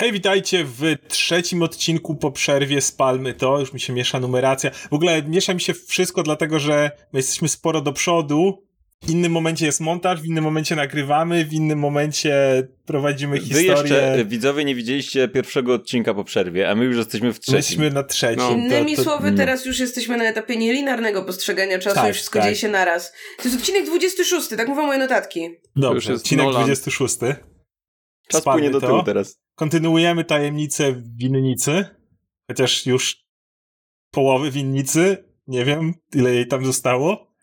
Hej, witajcie w 3. odcinku po przerwie Spalmy to. Już mi się miesza numeracja. W ogóle miesza mi się wszystko, dlatego że my jesteśmy sporo do przodu. W innym momencie jest montaż, w innym momencie nagrywamy, w innym momencie prowadzimy historię. Wy jeszcze, widzowie, nie widzieliście pierwszego odcinka po przerwie, a my już jesteśmy w 3. Jesteśmy na 3. No. Innymi słowy, teraz już jesteśmy na etapie nielinearnego postrzegania czasu i wszystko dzieje się naraz. To jest odcinek 26, tak mówią moje notatki. Dobrze, odcinek 26. Czas płynie do tyłu teraz. Kontynuujemy tajemnicę winnicy, chociaż już połowy winnicy, nie wiem ile jej tam zostało.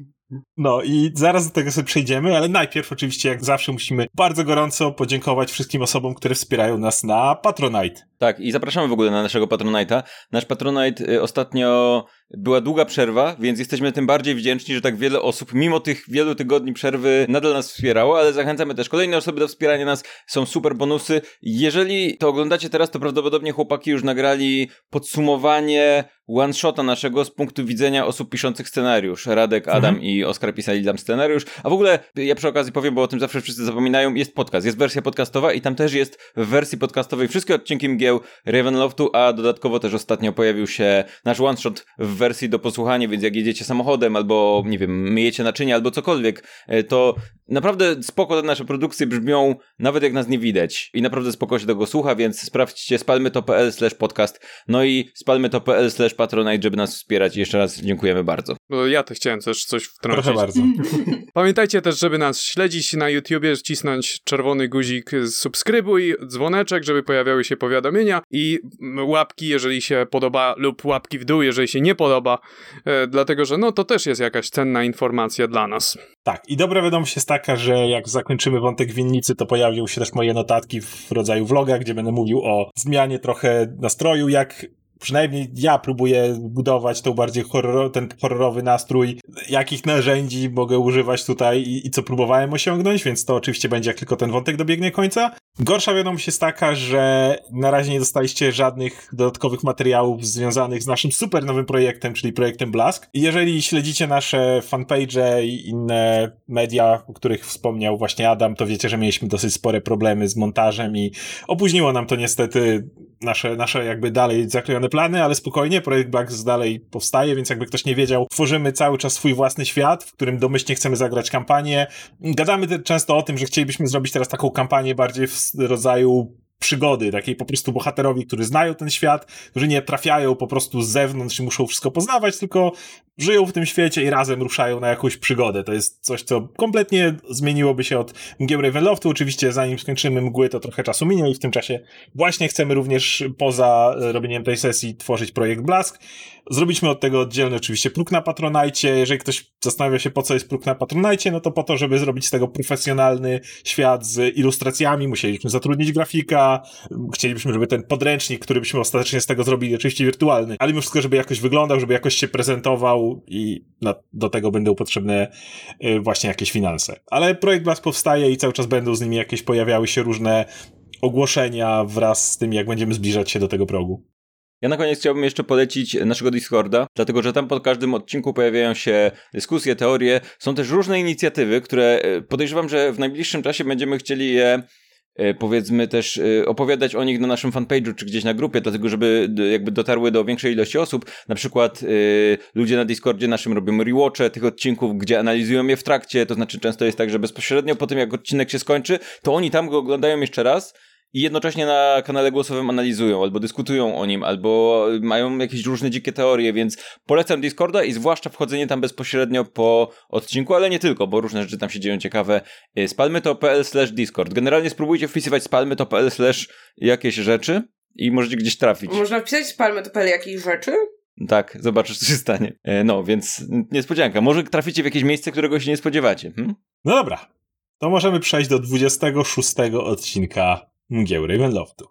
No i zaraz do tego sobie przejdziemy, ale najpierw oczywiście jak zawsze musimy bardzo gorąco podziękować wszystkim osobom, które wspierają nas na Patronite. Tak, i zapraszamy w ogóle na naszego Patronite'a. Nasz Patronite ostatnio była długa przerwa, więc jesteśmy tym bardziej wdzięczni, że tak wiele osób, mimo tych wielu tygodni przerwy, nadal nas wspierało, ale zachęcamy też kolejne osoby do wspierania nas. Są super bonusy. Jeżeli to oglądacie teraz, to prawdopodobnie chłopaki już nagrali podsumowanie one-shota naszego z punktu widzenia osób piszących scenariusz. Radek, Adam i Oskar pisali tam scenariusz. A w ogóle, ja przy okazji powiem, bo o tym zawsze wszyscy zapominają, jest podcast, jest wersja podcastowa i tam też jest w wersji podcastowej wszystkie odcinki Mgieł Ravenloftu, a dodatkowo też ostatnio pojawił się nasz one-shot w wersji do posłuchania, więc jak jedziecie samochodem albo, nie wiem, myjecie naczynia albo cokolwiek, to naprawdę spoko te nasze produkcje brzmią, nawet jak nas nie widać i naprawdę spoko się tego słucha, więc sprawdźcie spalmyto.pl/podcast, no i spalmyto.pl/patronite, żeby nas wspierać i jeszcze raz dziękujemy bardzo. Bo ja też chciałem też coś wtrącić. Proszę bardzo. Pamiętajcie też, żeby nas śledzić na YouTubie, wcisnąć czerwony guzik subskrybuj, dzwoneczek, żeby pojawiały się powiadomienia i łapki, jeżeli się podoba, lub łapki w dół, jeżeli się nie podoba, dlatego że no to też jest jakaś cenna informacja dla nas. Tak, i dobra wiadomość jest taka, że jak zakończymy wątek winnicy, to pojawią się też moje notatki w rodzaju vloga, gdzie będę mówił o zmianie trochę nastroju, jak przynajmniej ja próbuję budować tą bardziej ten horrorowy nastrój, jakich narzędzi mogę używać tutaj i co próbowałem osiągnąć, więc to oczywiście będzie, jak tylko ten wątek dobiegnie końca. Gorsza wiadomość jest taka, że na razie nie dostaliście żadnych dodatkowych materiałów związanych z naszym super nowym projektem, czyli projektem Blask. I jeżeli śledzicie nasze fanpage i inne media, o których wspomniał właśnie Adam, to wiecie, że mieliśmy dosyć spore problemy z montażem i opóźniło nam to niestety nasze jakby dalej zaklejone plany, ale spokojnie, projekt Blask dalej powstaje, więc jakby ktoś nie wiedział, tworzymy cały czas swój własny świat, w którym domyślnie chcemy zagrać kampanię. Gadamy często o tym, że chcielibyśmy zrobić teraz taką kampanię bardziej w rodzaju przygody, takiej po prostu bohaterowie, którzy znają ten świat, którzy nie trafiają po prostu z zewnątrz i muszą wszystko poznawać, tylko żyją w tym świecie i razem ruszają na jakąś przygodę. To jest coś, co kompletnie zmieniłoby się od Mgieł Ravenloftu. Oczywiście zanim skończymy Mgły, to trochę czasu minie i w tym czasie właśnie chcemy również poza robieniem tej sesji tworzyć projekt Blask. Zrobiliśmy od tego oddzielny oczywiście próg na Patronite. Jeżeli ktoś zastanawia się, po co jest próg na Patronite, no to po to, żeby zrobić z tego profesjonalny świat z ilustracjami, musieliśmy zatrudnić grafika, chcielibyśmy, żeby ten podręcznik, który byśmy ostatecznie z tego zrobili, oczywiście wirtualny, ale mimo wszystko, żeby jakoś wyglądał, żeby jakoś się prezentował i do tego będą potrzebne właśnie jakieś finanse. Ale projekt Blask powstaje i cały czas będą z nimi jakieś pojawiały się różne ogłoszenia wraz z tym, jak będziemy zbliżać się do tego progu. Ja na koniec chciałbym jeszcze polecić naszego Discorda, dlatego że tam pod każdym odcinku pojawiają się dyskusje, teorie. Są też różne inicjatywy, które podejrzewam, że w najbliższym czasie będziemy chcieli je powiedzmy też opowiadać o nich na naszym fanpage'u czy gdzieś na grupie, dlatego żeby jakby dotarły do większej ilości osób. Na przykład ludzie na Discordzie naszym robią rewatche tych odcinków, gdzie analizują je w trakcie, to znaczy często jest tak, że bezpośrednio po tym jak odcinek się skończy, to oni tam go oglądają jeszcze raz i jednocześnie na kanale głosowym analizują, albo dyskutują o nim, albo mają jakieś różne dzikie teorie, więc polecam Discorda i zwłaszcza wchodzenie tam bezpośrednio po odcinku, ale nie tylko, bo różne rzeczy tam się dzieją ciekawe. spalmyto.pl/discord. Generalnie spróbujcie wpisywać spalmyto.pl/ jakieś rzeczy i możecie gdzieś trafić. Można wpisać spalmyto.pl jakieś rzeczy? Tak, zobaczysz, co się stanie. No, więc niespodzianka. Może traficie w jakieś miejsce, którego się nie spodziewacie. No dobra, to możemy przejść do 26 odcinka Mgieł Ravenloftu.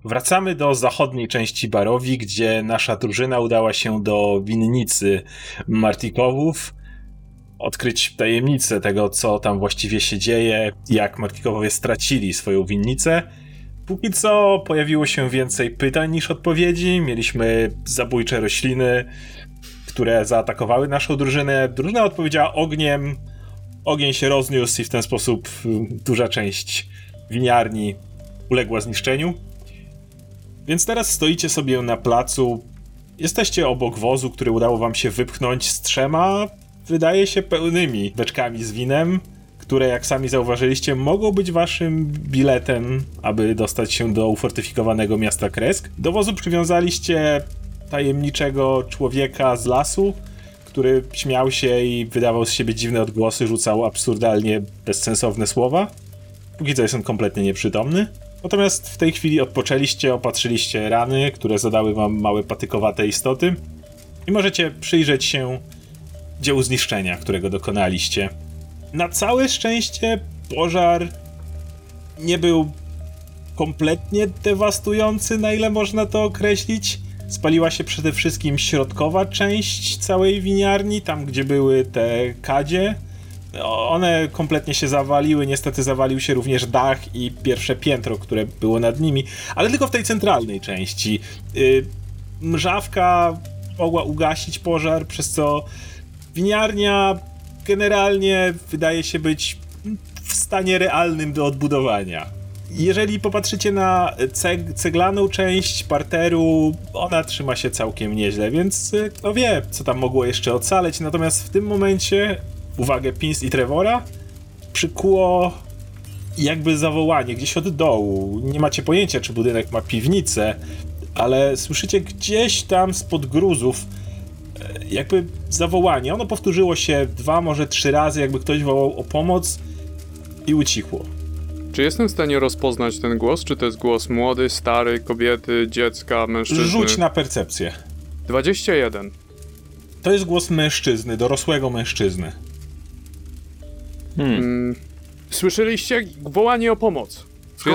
Wracamy do zachodniej części Barovii, gdzie nasza drużyna udała się do winnicy Martikowów, odkryć tajemnicę tego, co tam właściwie się dzieje, jak Martikowowie stracili swoją winnicę. Póki co pojawiło się więcej pytań niż odpowiedzi. Mieliśmy zabójcze rośliny, które zaatakowały naszą drużynę. Drużyna odpowiedziała ogniem. Ogień się rozniósł i w ten sposób duża część winiarni uległa zniszczeniu. Więc teraz stoicie sobie na placu. Jesteście obok wozu, który udało wam się wypchnąć z 3, wydaje się, pełnymi beczkami z winem, które, jak sami zauważyliście, mogą być waszym biletem, aby dostać się do ufortyfikowanego miasta Kresk. Do wozu przywiązaliście tajemniczego człowieka z lasu, który śmiał się i wydawał z siebie dziwne odgłosy, rzucał absurdalnie bezsensowne słowa. Póki co jest on kompletnie nieprzytomny. Natomiast w tej chwili odpoczęliście, opatrzyliście rany, które zadały wam małe patykowate istoty i możecie przyjrzeć się dziełu zniszczenia, którego dokonaliście. Na całe szczęście pożar nie był kompletnie dewastujący, na ile można to określić. Spaliła się przede wszystkim środkowa część całej winiarni, tam gdzie były te kadzie. One kompletnie się zawaliły, niestety zawalił się również dach i pierwsze piętro, które było nad nimi, ale tylko w tej centralnej części. Mrzawka mogła ugasić pożar, przez co winiarnia generalnie wydaje się być w stanie realnym do odbudowania. Jeżeli popatrzycie na ceglaną część parteru, ona trzyma się całkiem nieźle, więc kto wie, co tam mogło jeszcze ocaleć. Natomiast w tym momencie uwagę Pins i Trevora przykuło jakby zawołanie gdzieś od dołu. Nie macie pojęcia, czy budynek ma piwnicę, ale słyszycie gdzieś tam spod gruzów jakby zawołanie. Ono powtórzyło się 2, może 3 razy, jakby ktoś wołał o pomoc i ucichło. Czy jestem w stanie rozpoznać ten głos? Czy to jest głos młody, stary, kobiety, dziecka, mężczyzny? Rzuć na percepcję. 21. To jest głos mężczyzny, dorosłego mężczyzny. Słyszeliście wołanie o pomoc?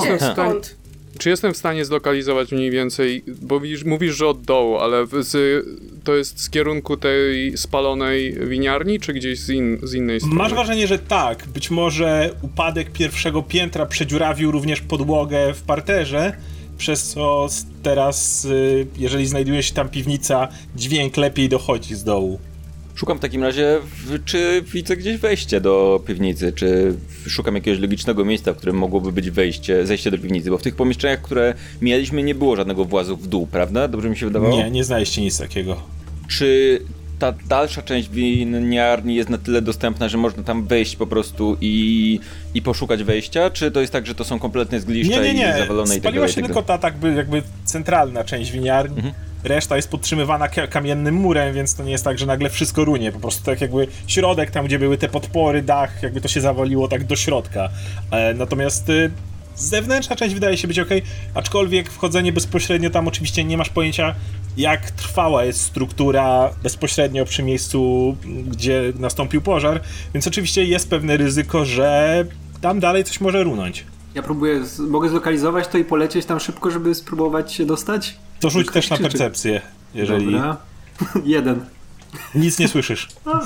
Czy jestem w stanie zlokalizować mniej więcej, bo mówisz, że od dołu, ale to jest z kierunku tej spalonej winiarni, czy gdzieś z innej strony? Masz wrażenie, że tak. Być może upadek pierwszego piętra przedziurawił również podłogę w parterze, przez co teraz, jeżeli znajduje się tam piwnica, dźwięk lepiej dochodzi z dołu. Szukam w takim razie, czy widzę gdzieś wejście do piwnicy, czy szukam jakiegoś logicznego miejsca, w którym mogłoby być zejście do piwnicy, bo w tych pomieszczeniach, które mieliśmy, nie było żadnego włazu w dół, prawda? Dobrze mi się wydawało? Nie znaleźliście nic takiego. Czy ta dalsza część winiarni jest na tyle dostępna, że można tam wejść po prostu i poszukać wejścia? Czy to jest tak, że to są kompletne zgliszcza i zawalone i tak dalej? Spaliła się tylko ta jakby centralna część winiarni. Reszta jest podtrzymywana kamiennym murem, więc to nie jest tak, że nagle wszystko runie. Po prostu tak jakby środek, tam gdzie były te podpory, dach, jakby to się zawaliło tak do środka. Natomiast zewnętrzna część wydaje się być okej, aczkolwiek wchodzenie bezpośrednio tam oczywiście nie masz pojęcia, jak trwała jest struktura bezpośrednio przy miejscu, gdzie nastąpił pożar, więc oczywiście jest pewne ryzyko, że tam dalej coś może runąć. Ja mogę zlokalizować to i polecieć tam szybko, żeby spróbować się dostać? To rzuć też na percepcję, jeżeli... Dobra. 1. Nic nie słyszysz.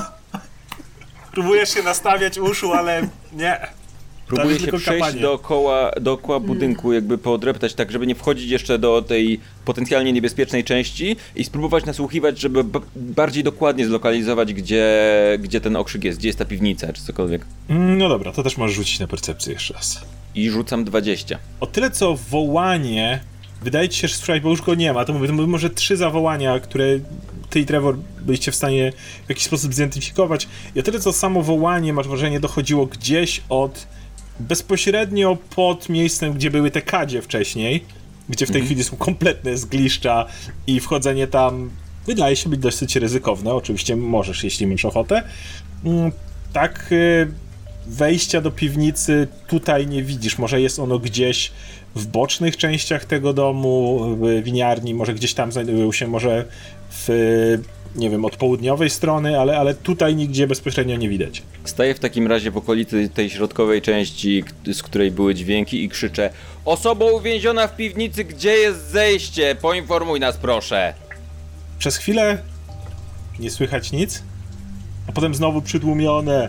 Próbujesz się nastawiać uszu, ale nie. Próbuję się przejść dookoła budynku, jakby podreptać tak, żeby nie wchodzić jeszcze do tej potencjalnie niebezpiecznej części i spróbować nasłuchiwać, żeby bardziej dokładnie zlokalizować, gdzie ten okrzyk jest, gdzie jest ta piwnica, czy cokolwiek. No dobra, to też możesz rzucić na percepcję jeszcze raz. I rzucam 20. O tyle co wołanie, wydaje ci się, że słyszałeś, bo już go nie ma, to mówię, to może 3 zawołania, które ty i Trevor byliście w stanie w jakiś sposób zidentyfikować. I o tyle co samo wołanie, masz wrażenie, dochodziło gdzieś bezpośrednio pod miejscem, gdzie były te kadzie wcześniej, gdzie w tej chwili są kompletne zgliszcza i wchodzenie tam wydaje się być dosyć ryzykowne. Oczywiście możesz, jeśli masz ochotę. Tak, wejścia do piwnicy tutaj nie widzisz. Może jest ono gdzieś w bocznych częściach tego domu, w winiarni, może gdzieś tam znajdują się, może w nie wiem, od południowej strony, ale tutaj nigdzie bezpośrednio nie widać. Staję w takim razie w okolicy tej środkowej części, z której były dźwięki i krzyczę: osoba uwięziona w piwnicy, gdzie jest zejście? Poinformuj nas, proszę. Przez chwilę nie słychać nic, a potem znowu przytłumione.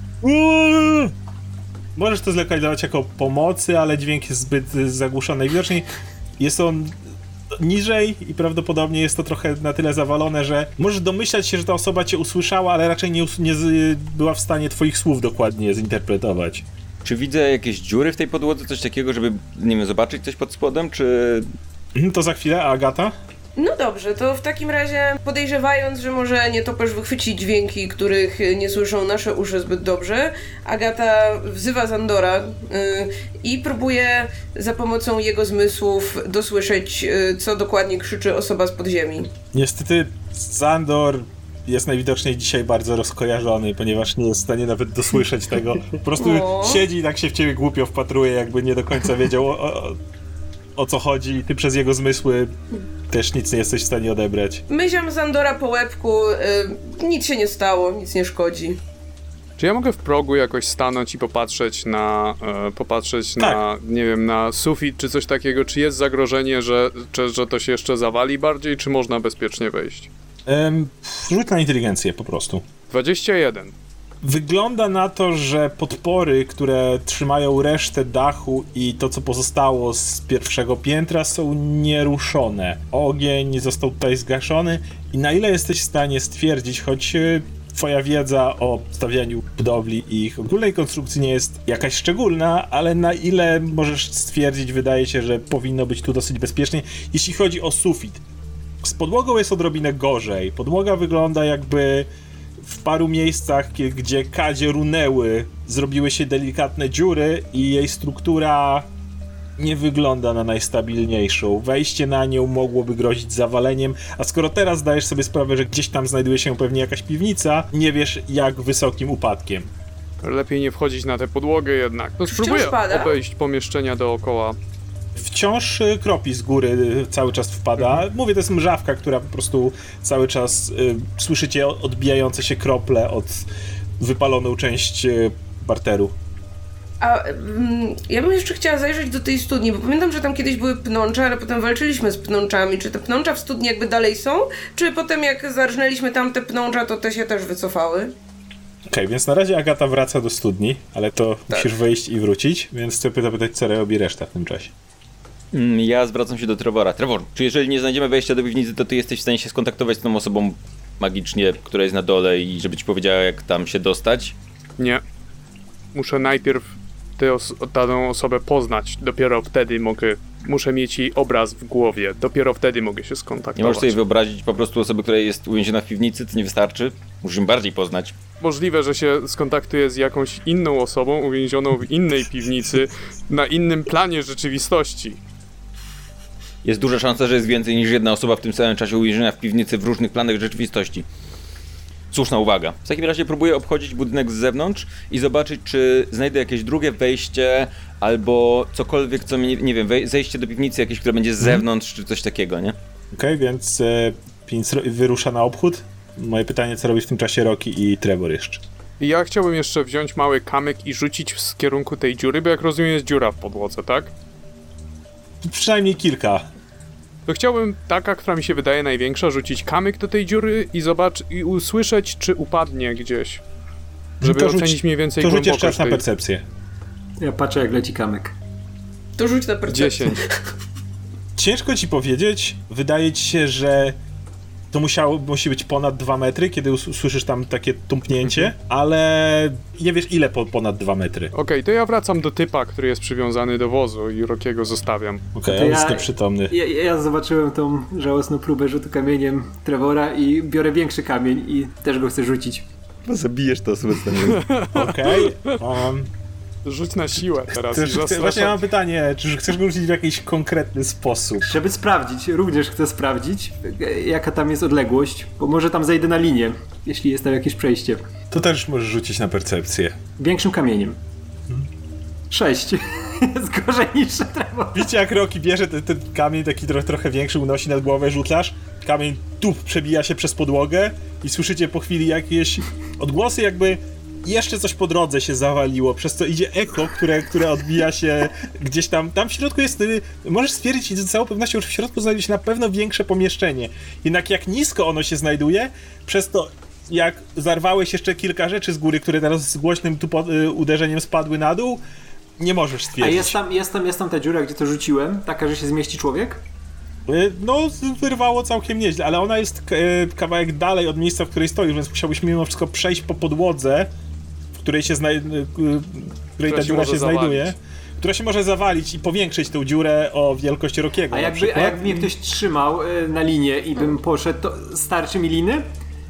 Możesz to zlokalizować jako pomocy, ale dźwięk jest zbyt zagłuszony. Najwidoczniej jest on niżej i prawdopodobnie jest to trochę na tyle zawalone, że możesz domyślać się, że ta osoba cię usłyszała, ale raczej nie była w stanie twoich słów dokładnie zinterpretować. Czy widzę jakieś dziury w tej podłodze, coś takiego, żeby, nie wiem, zobaczyć coś pod spodem, czy... To za chwilę, a Agata? No dobrze, to w takim razie podejrzewając, że może nietoperz wychwyci dźwięki, których nie słyszą nasze uszy zbyt dobrze, Agata wzywa Zandora i próbuje za pomocą jego zmysłów dosłyszeć, co dokładnie krzyczy osoba z podziemi. Niestety Zandor jest najwidoczniej dzisiaj bardzo rozkojarzony, ponieważ nie jest w stanie nawet dosłyszeć tego. Po prostu siedzi i tak się w ciebie głupio wpatruje, jakby nie do końca wiedział o co chodzi i ty przez jego zmysły też nic nie jesteś w stanie odebrać. Myziam Zandora po łebku, nic się nie stało, nic nie szkodzi. Czy ja mogę w progu jakoś stanąć i popatrzeć na, nie wiem, na sufit czy coś takiego? Czy jest zagrożenie, że to się jeszcze zawali bardziej, czy można bezpiecznie wejść? Rzuć na inteligencję po prostu. 21. Wygląda na to, że podpory, które trzymają resztę dachu i to, co pozostało z pierwszego piętra, są nieruszone. Ogień został tutaj zgaszony i na ile jesteś w stanie stwierdzić, choć twoja wiedza o stawianiu budowli i ich ogólnej konstrukcji nie jest jakaś szczególna, ale na ile możesz stwierdzić, wydaje się, że powinno być tu dosyć bezpiecznie, jeśli chodzi o sufit. Z podłogą jest odrobinę gorzej. Podłoga wygląda jakby w paru miejscach, gdzie kadzie runęły, zrobiły się delikatne dziury i jej struktura nie wygląda na najstabilniejszą. Wejście na nią mogłoby grozić zawaleniem, a skoro teraz zdajesz sobie sprawę, że gdzieś tam znajduje się pewnie jakaś piwnica, nie wiesz jak wysokim upadkiem. Lepiej nie wchodzić na tę podłogę jednak. To spróbuję obejść pomieszczenia dookoła. Wciąż kropi z góry cały czas wpada. Mówię, to jest mrzawka, która po prostu cały czas słyszycie odbijające się krople od wypaloną część parteru. A ja bym jeszcze chciała zajrzeć do tej studni, bo pamiętam, że tam kiedyś były pnącza, ale potem walczyliśmy z pnączami. Czy te pnącza w studni jakby dalej są? Czy potem jak zarżnęliśmy tamte pnącza, to te się też wycofały? Okej, więc na razie Agata wraca do studni, ale to musisz wyjść i wrócić, więc chcę zapytać, co robi reszta w tym czasie. Ja zwracam się do Trevora. Trevor, czy jeżeli nie znajdziemy wejścia do piwnicy, to ty jesteś w stanie się skontaktować z tą osobą magicznie, która jest na dole i żeby ci powiedziała, jak tam się dostać? Nie. Muszę najpierw daną osobę poznać. Dopiero wtedy muszę mieć jej obraz w głowie. Dopiero wtedy mogę się skontaktować. Nie możesz sobie wyobrazić po prostu osoby, która jest uwięziona w piwnicy? To nie wystarczy? Musisz ją bardziej poznać. Możliwe, że się skontaktuję z jakąś inną osobą uwięzioną w innej piwnicy na innym planie rzeczywistości. Jest duża szansa, że jest więcej niż jedna osoba w tym samym czasie uwięziona w piwnicy w różnych planach rzeczywistości. Słuszna uwaga. W takim razie próbuję obchodzić budynek z zewnątrz i zobaczyć, czy znajdę jakieś drugie wejście albo cokolwiek, co mnie, nie wiem, zejście do piwnicy jakieś, które będzie z zewnątrz, czy coś takiego, nie? Okej, więc Pinc wyrusza na obchód. Moje pytanie, co robi w tym czasie Rocky i Trevor jeszcze? Ja chciałbym jeszcze wziąć mały kamyk i rzucić w kierunku tej dziury, bo jak rozumiem jest dziura w podłodze, tak? Przynajmniej kilka. To chciałbym, taka, która mi się wydaje największa, rzucić kamyk do tej dziury i usłyszeć, czy upadnie gdzieś. Żeby ocenić mniej więcej głębokość. To rzuć jeszcze raz na percepcję. Ja patrzę, jak leci kamyk. To rzuć na percepcję. 10. Ciężko ci powiedzieć. Wydaje ci się, że to musi być ponad 2 metry, kiedy usłyszysz tam takie tumpnięcie, ale nie wiesz ile ponad 2 metry. Okej, to ja wracam do typa, który jest przywiązany do wozu i Rockiego zostawiam. Okej, on jest nieprzytomny. Ja zobaczyłem tą żałosną próbę rzutu kamieniem Trevora i biorę większy kamień i też go chcę rzucić. Bo zabijesz to osobę. Okej. Rzuć na siłę teraz. Właśnie mam pytanie, czy chcesz go rzucić w jakiś konkretny sposób? Żeby sprawdzić, również chcę sprawdzić, jaka tam jest odległość, bo może tam zejdę na linię, jeśli jest tam jakieś przejście. To też możesz rzucić na percepcję. Większym kamieniem. 6. Jest gorzej niż Trevor. Widzicie, jak Rocky bierze ten kamień taki trochę większy, unosi nad głowę, rzucasz, kamień przebija się przez podłogę i słyszycie po chwili jakieś odgłosy, jakby jeszcze coś po drodze się zawaliło, przez co idzie echo, które odbija się gdzieś tam. Tam w środku jest, możesz stwierdzić z całą pewnością, że w środku znajduje się na pewno większe pomieszczenie. Jednak jak nisko ono się znajduje, przez to jak zarwałeś jeszcze kilka rzeczy z góry, które teraz z głośnym uderzeniem spadły na dół, nie możesz stwierdzić. A jest tam ta dziura, gdzie to rzuciłem, taka, że się zmieści człowiek? No, wyrwało całkiem nieźle, ale ona jest kawałek dalej od miejsca, w której stoisz, więc musiałbyś mimo wszystko przejść po podłodze, w której której ta dziura się znajduje, która się może zawalić i powiększyć tę dziurę o wielkość Rockiego. A jakby mnie ktoś trzymał na linię i bym poszedł, to starczy mi liny?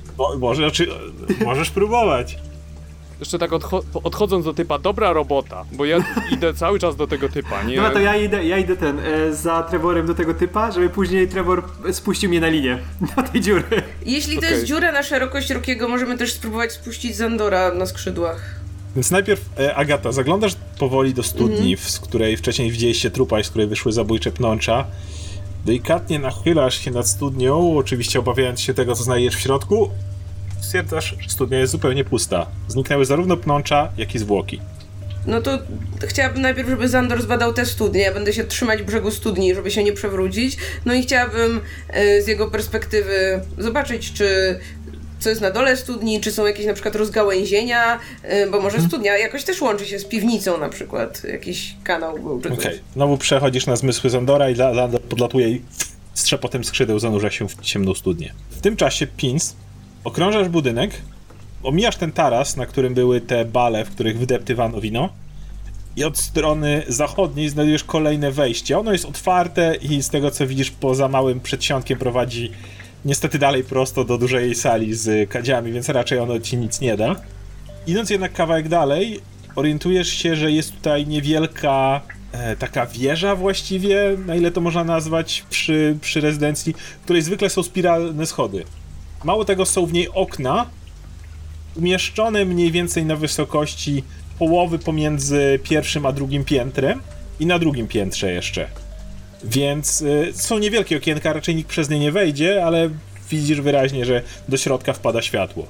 Możesz próbować. Jeszcze tak odchodząc do typa, dobra robota, bo ja idę cały czas do tego typa, nie? No to ja idę za Trevorem do tego typa, żeby później Trevor spuścił mnie na linię, do tej dziury. Jeśli to jest dziura na szerokość Rockiego, możemy też spróbować spuścić Zandora na skrzydłach. Więc najpierw, Agata, zaglądasz powoli do studni, z której wcześniej widzieliście trupa i z której wyszły zabójcze pnącza. Delikatnie nachylasz się nad studnią, oczywiście obawiając się tego, co znajdziesz w środku. Stwierdzasz, że studnia jest zupełnie pusta. Zniknęły zarówno pnącza, jak i zwłoki. No to chciałabym najpierw, żeby Zandor zbadał te studnie. Ja będę się trzymać brzegu studni, żeby się nie przewrócić. No i chciałabym z jego perspektywy zobaczyć, co jest na dole studni, czy są jakieś na przykład rozgałęzienia, bo może studnia jakoś też łączy się z piwnicą na przykład. Jakiś kanał był, czy coś. Okej. Znowu przechodzisz na zmysły Zandora i Zandor podlatuje i z trzepotem skrzydeł zanurza się w ciemną studnię. W tym czasie, Pins, okrążasz budynek, omijasz ten taras, na którym były te bale, w których wydeptywano wino, i od strony zachodniej znajdujesz kolejne wejście. Ono jest otwarte i z tego, co widzisz poza małym przedsionkiem, prowadzi niestety dalej prosto do dużej sali z kadziami, więc raczej ono ci nic nie da. Idąc jednak kawałek dalej, orientujesz się, że jest tutaj niewielka taka wieża właściwie, na ile to można nazwać, przy rezydencji, w której zwykle są spiralne schody. Mało tego, są w niej okna umieszczone mniej więcej na wysokości połowy pomiędzy pierwszym a drugim piętrem i na drugim piętrze jeszcze. Więc są niewielkie okienka, raczej nikt przez nie nie wejdzie, ale widzisz wyraźnie, że do środka wpada światło.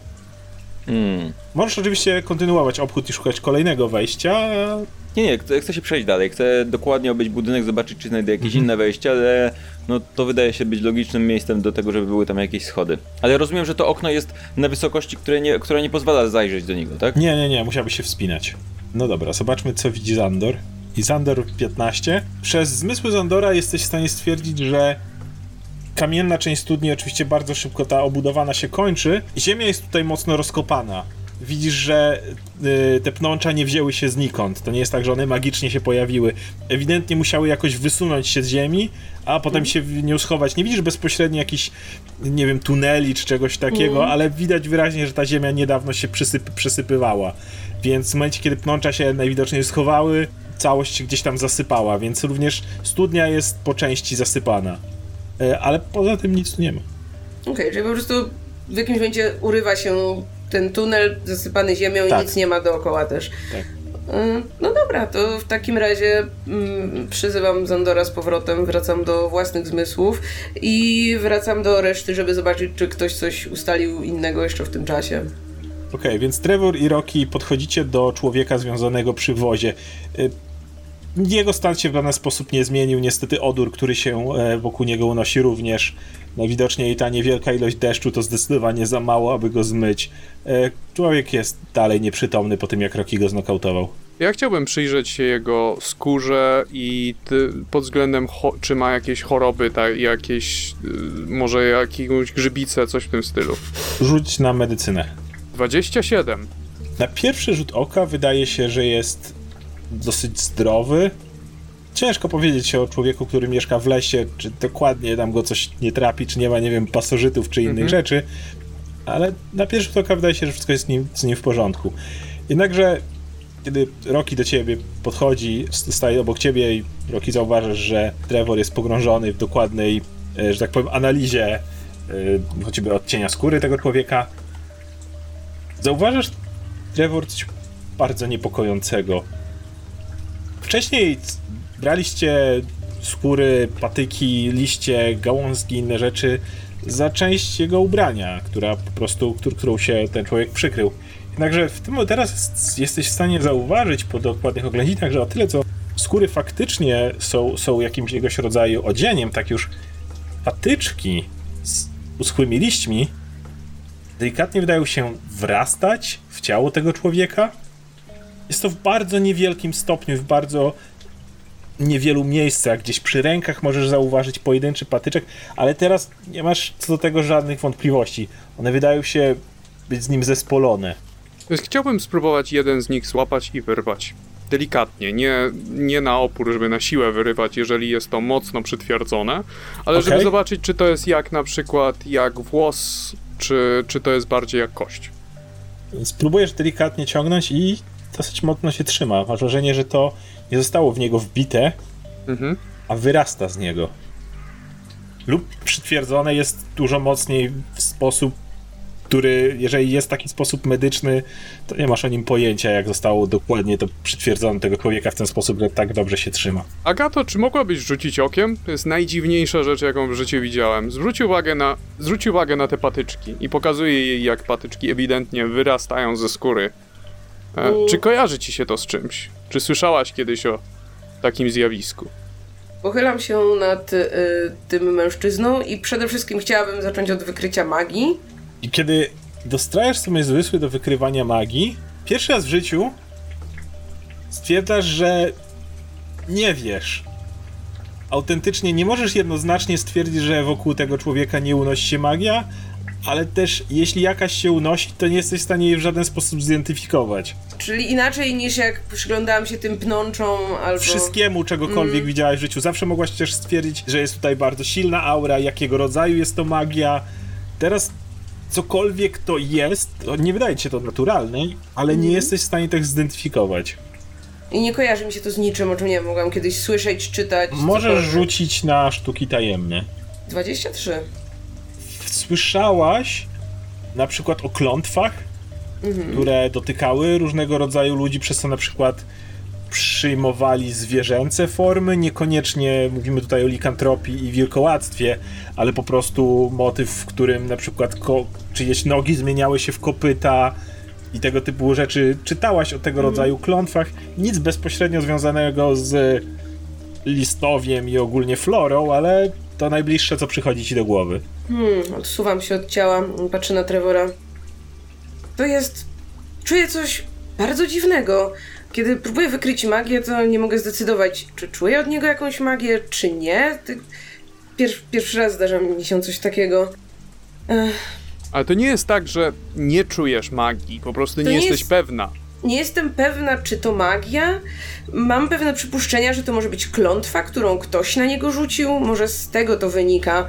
Możesz oczywiście kontynuować obchód i szukać kolejnego wejścia. Nie, chcę się przejść dalej, chcę dokładnie obyć budynek, zobaczyć, czy znajdę jakieś inne wejście, ale no to wydaje się być logicznym miejscem do tego, żeby były tam jakieś schody. Ale rozumiem, że to okno jest na wysokości, która nie pozwala zajrzeć do niego, tak? Nie, musiałbyś się wspinać. No dobra, zobaczmy, co widzi Zandor. I Zandor 15. Przez zmysły Zandora jesteś w stanie stwierdzić, że kamienna część studni oczywiście bardzo szybko ta obudowana się kończy i ziemia jest tutaj mocno rozkopana. Widzisz, że te pnącza nie wzięły się znikąd. To nie jest tak, że one magicznie się pojawiły. Ewidentnie musiały jakoś wysunąć się z ziemi, a potem się w nią schować. Nie widzisz bezpośrednio jakichś, nie wiem, tuneli czy czegoś takiego, ale widać wyraźnie, że ta ziemia niedawno się przysypywała. Więc w momencie, kiedy pnącza się najwidoczniej schowały, całość się gdzieś tam zasypała, więc również studnia jest po części zasypana. Ale poza tym nic tu nie ma. Okej, czyli po prostu w jakimś momencie urywa się ten tunel zasypany ziemią i nic nie ma dookoła też. Tak. No dobra, to w takim razie przyzywam Zandora z powrotem, wracam do własnych zmysłów i wracam do reszty, żeby zobaczyć, czy ktoś coś ustalił innego jeszcze w tym czasie. Okej, więc Trevor i Rocky podchodzicie do człowieka związanego przy wozie. Jego stan się w żaden sposób nie zmienił, niestety odór, który się wokół niego unosi również. Najwidoczniej ta niewielka ilość deszczu to zdecydowanie za mało, aby go zmyć. Człowiek jest dalej nieprzytomny po tym, jak Rocky go znokautował. Ja chciałbym przyjrzeć się jego skórze i pod względem, czy ma jakieś choroby, jakieś, może jakąś grzybicę, coś w tym stylu. Rzuć na medycynę. 27. Na pierwszy rzut oka wydaje się, że jest dosyć zdrowy. Ciężko powiedzieć o człowieku, który mieszka w lesie, czy dokładnie tam go coś nie trapi, czy nie ma, nie wiem, pasożytów, czy innych rzeczy, ale na pierwszy rzut oka wydaje się, że wszystko jest z nim w porządku. Jednakże, kiedy Rocky do ciebie podchodzi, staje obok ciebie i Rocky zauważasz, że Trevor jest pogrążony w dokładnej, że tak powiem, analizie choćby odcienia skóry tego człowieka, zauważasz, Trevor, coś bardzo niepokojącego. Wcześniej braliście skóry, patyki, liście, gałązki, inne rzeczy za część jego ubrania, którą się ten człowiek przykrył. Jednakże teraz jesteś w stanie zauważyć po dokładnych oględzinach, że o tyle co skóry faktycznie są jakimś jakiegoś rodzaju odzieniem, tak już patyczki z uschłymi liśćmi delikatnie wydają się wrastać w ciało tego człowieka. Jest to w bardzo niewielkim stopniu, w bardzo niewielu miejscach, gdzieś przy rękach możesz zauważyć pojedynczy patyczek, ale teraz nie masz co do tego żadnych wątpliwości. One wydają się być z nim zespolone. Więc chciałbym spróbować jeden z nich złapać i wyrwać. Delikatnie, nie na opór, żeby na siłę wyrywać, jeżeli jest to mocno przytwierdzone, ale żeby zobaczyć, czy to jest jak na przykład jak włos, czy to jest bardziej jak kość. Spróbujesz delikatnie ciągnąć i dosyć mocno się trzyma. Masz wrażenie, że to nie zostało w niego wbite, a wyrasta z niego. Lub przytwierdzone jest dużo mocniej w sposób, który, jeżeli jest taki sposób medyczny, to nie masz o nim pojęcia, jak zostało dokładnie to przytwierdzone tego człowieka w ten sposób, że tak dobrze się trzyma. Agato, czy mogłabyś rzucić okiem? To jest najdziwniejsza rzecz, jaką w życiu widziałem. Zwróć uwagę na te patyczki i pokazuje jej, jak patyczki ewidentnie wyrastają ze skóry. Czy kojarzy ci się to z czymś? Czy słyszałaś kiedyś o takim zjawisku? Pochylam się nad tym mężczyzną i przede wszystkim chciałabym zacząć od wykrycia magii. I kiedy dostrajasz sobie zmysły do wykrywania magii, pierwszy raz w życiu stwierdzasz, że nie wiesz. Autentycznie nie możesz jednoznacznie stwierdzić, że wokół tego człowieka nie unosi się magia, ale też jeśli jakaś się unosi, to nie jesteś w stanie jej w żaden sposób zidentyfikować. Czyli inaczej niż jak przyglądałam się tym pnączom albo... Wszystkiemu, czegokolwiek widziałaś w życiu. Zawsze mogłaś też stwierdzić, że jest tutaj bardzo silna aura, jakiego rodzaju jest to magia. Teraz cokolwiek to jest, to nie wydaje ci się to naturalne, ale nie jesteś w stanie tego zidentyfikować. I nie kojarzy mi się to z niczym, o czym nie wiem, mogłam kiedyś słyszeć, czytać. Możesz rzucić na sztuki tajemne. 23. Słyszałaś na przykład o klątwach, które dotykały różnego rodzaju ludzi, przez co na przykład przyjmowali zwierzęce formy, niekoniecznie mówimy tutaj o likantropii i wilkołactwie, ale po prostu motyw, w którym na przykład czyjeś nogi zmieniały się w kopyta i tego typu rzeczy. Czytałaś o tego rodzaju klątwach, nic bezpośrednio związanego z listowiem i ogólnie florą, ale to najbliższe, co przychodzi ci do głowy. Odsuwam się od ciała, patrzę na Trevora. To jest... Czuję coś bardzo dziwnego. Kiedy próbuję wykryć magię, to nie mogę zdecydować, czy czuję od niego jakąś magię, czy nie. Pierwszy raz zdarza mi się coś takiego. Ale to nie jest tak, że nie czujesz magii, po prostu nie jesteś pewna. Nie jestem pewna, czy to magia. Mam pewne przypuszczenia, że to może być klątwa, którą ktoś na niego rzucił. Może z tego to wynika.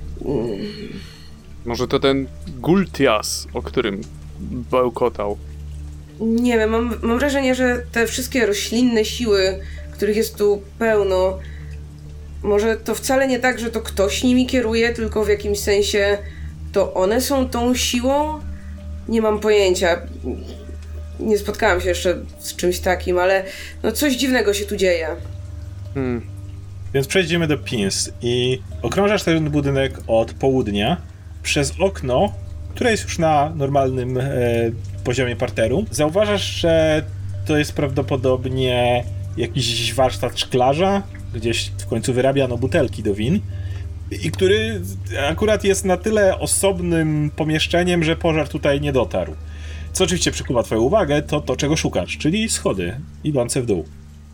Może to ten Gultias, o którym bełkotał. Nie wiem, mam wrażenie, że te wszystkie roślinne siły, których jest tu pełno, może to wcale nie tak, że to ktoś nimi kieruje, tylko w jakimś sensie to one są tą siłą? Nie mam pojęcia. Nie spotkałam się jeszcze z czymś takim, ale no coś dziwnego się tu dzieje. Więc przejdziemy do Pins i okrążasz ten budynek od południa przez okno, które jest już na normalnym poziomie parteru. Zauważasz, że to jest prawdopodobnie jakiś warsztat szklarza, gdzieś w końcu wyrabiano butelki do win i który akurat jest na tyle osobnym pomieszczeniem, że pożar tutaj nie dotarł. Co oczywiście przykuwa twoją uwagę, to czego szukasz, czyli schody idące w dół.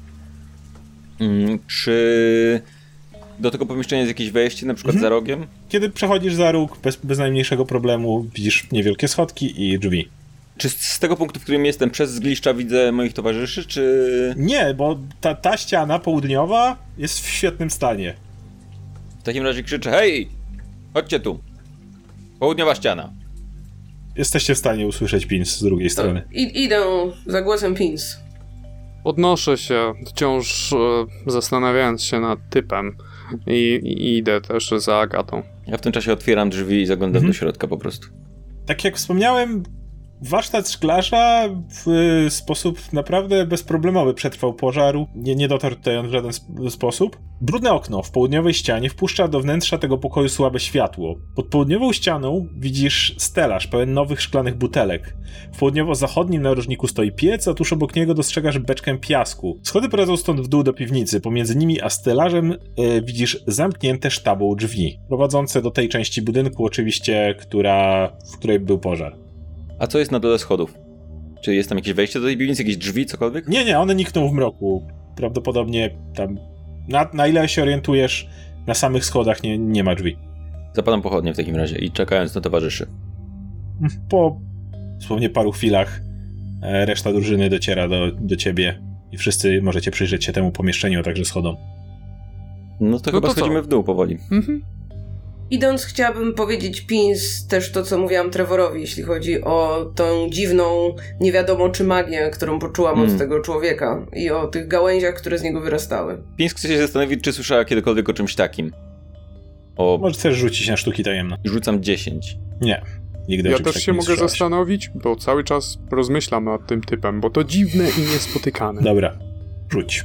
Czy do tego pomieszczenia jest jakieś wejście, na przykład za rogiem? Kiedy przechodzisz za róg, bez najmniejszego problemu widzisz niewielkie schodki i drzwi. Czy z tego punktu, w którym jestem, przez zgliszcza widzę moich towarzyszy, czy... Nie, bo ta ściana południowa jest w świetnym stanie. W takim razie krzyczę, hej, chodźcie tu. Południowa ściana. Jesteście w stanie usłyszeć Pins z drugiej strony. Idę za głosem Pins. Podnoszę się, wciąż zastanawiając się nad typem i idę też za Agatą. Ja w tym czasie otwieram drzwi i zaglądam do środka po prostu. Tak jak wspomniałem, Warsztat szklarza w sposób naprawdę bezproblemowy przetrwał pożar, nie dotarł tutaj on w żaden sposób. Brudne okno w południowej ścianie wpuszcza do wnętrza tego pokoju słabe światło. Pod południową ścianą widzisz stelaż pełen nowych szklanych butelek. W południowo-zachodnim narożniku stoi piec, a tuż obok niego dostrzegasz beczkę piasku. Schody prowadzą stąd w dół do piwnicy. Pomiędzy nimi a stelażem widzisz zamknięte sztabą drzwi, prowadzące do tej części budynku oczywiście, w której był pożar. A co jest na dole schodów? Czy jest tam jakieś wejście do tej piwnicy, jakieś drzwi, cokolwiek? Nie, one nikną w mroku. Prawdopodobnie tam, na ile się orientujesz, na samych schodach nie ma drzwi. Zapalam pochodnie w takim razie i czekając na towarzyszy. Po dosłownie paru chwilach reszta drużyny dociera do ciebie i wszyscy możecie przyjrzeć się temu pomieszczeniu, a także schodom. No to chyba schodzimy w dół powoli. Mhm. Idąc, chciałabym powiedzieć Pins też to, co mówiłam Trevorowi, jeśli chodzi o tą dziwną, nie wiadomo czy magię, którą poczułam od tego człowieka i o tych gałęziach, które z niego wyrastały. Pins chce się zastanowić, czy słyszała kiedykolwiek o czymś takim. Może chcesz rzucić na sztuki tajemne. Rzucam 10. Nie. Nigdy Ja też się mogę zastanowić, bo cały czas rozmyślam nad tym typem, bo to dziwne i niespotykane. Dobra, rzuć.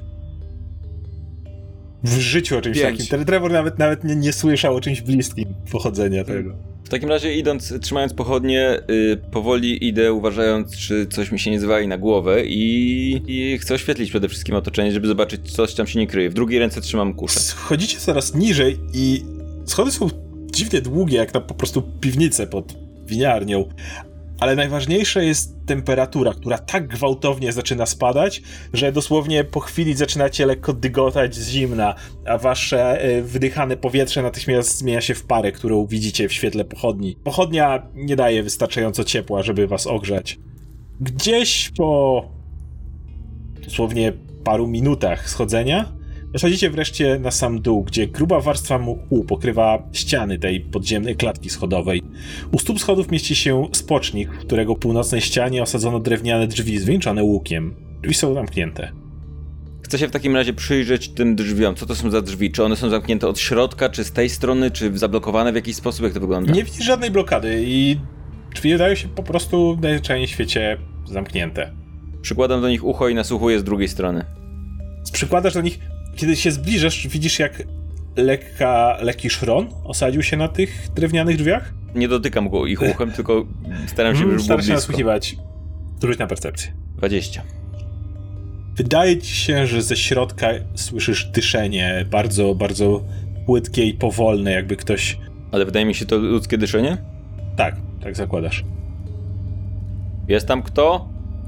W życiu o czymś 5. takim. Trevor nawet nie słyszał o czymś bliskim pochodzenia tego. W takim razie idąc, trzymając pochodnie, powoli idę, uważając, czy coś mi się nie zwali na głowę i chcę oświetlić przede wszystkim otoczenie, żeby zobaczyć, coś tam się nie kryje. W drugiej ręce trzymam kuszę. Schodzicie coraz niżej i schody są dziwnie długie, jak na po prostu piwnicę pod winiarnią. Ale najważniejsze jest temperatura, która tak gwałtownie zaczyna spadać, że dosłownie po chwili zaczynacie lekko dygotać z zimna, a wasze wydychane powietrze natychmiast zmienia się w parę, którą widzicie w świetle pochodni. Pochodnia nie daje wystarczająco ciepła, żeby was ogrzać. Gdzieś po dosłownie paru minutach schodzenia dochodzicie wreszcie na sam dół, gdzie gruba warstwa mchu pokrywa ściany tej podziemnej klatki schodowej. U stóp schodów mieści się spocznik, w którego północnej ścianie osadzono drewniane drzwi zwieńczone łukiem. Drzwi są zamknięte. Chcę się w takim razie przyjrzeć tym drzwiom. Co to są za drzwi? Czy one są zamknięte od środka, czy z tej strony, czy zablokowane w jakiś sposób? Jak to wygląda? Nie widzisz żadnej blokady i drzwi wydają się po prostu w najzwyczajniej w świecie zamknięte. Przykładam do nich ucho i nasłuchuję z drugiej strony. Przykładasz do nich, kiedy się zbliżasz, widzisz jak lekki szron osadził się na tych drewnianych drzwiach? Nie dotykam go ich uchem, tylko staram się, żeby było Starasz się blisko. nasłuchiwać. Rzuć na percepcję. 20. Wydaje ci się, że ze środka słyszysz dyszenie, bardzo, bardzo płytkie i powolne, jakby ktoś... Ale wydaje mi się to ludzkie dyszenie? Tak zakładasz. Jest tam kto?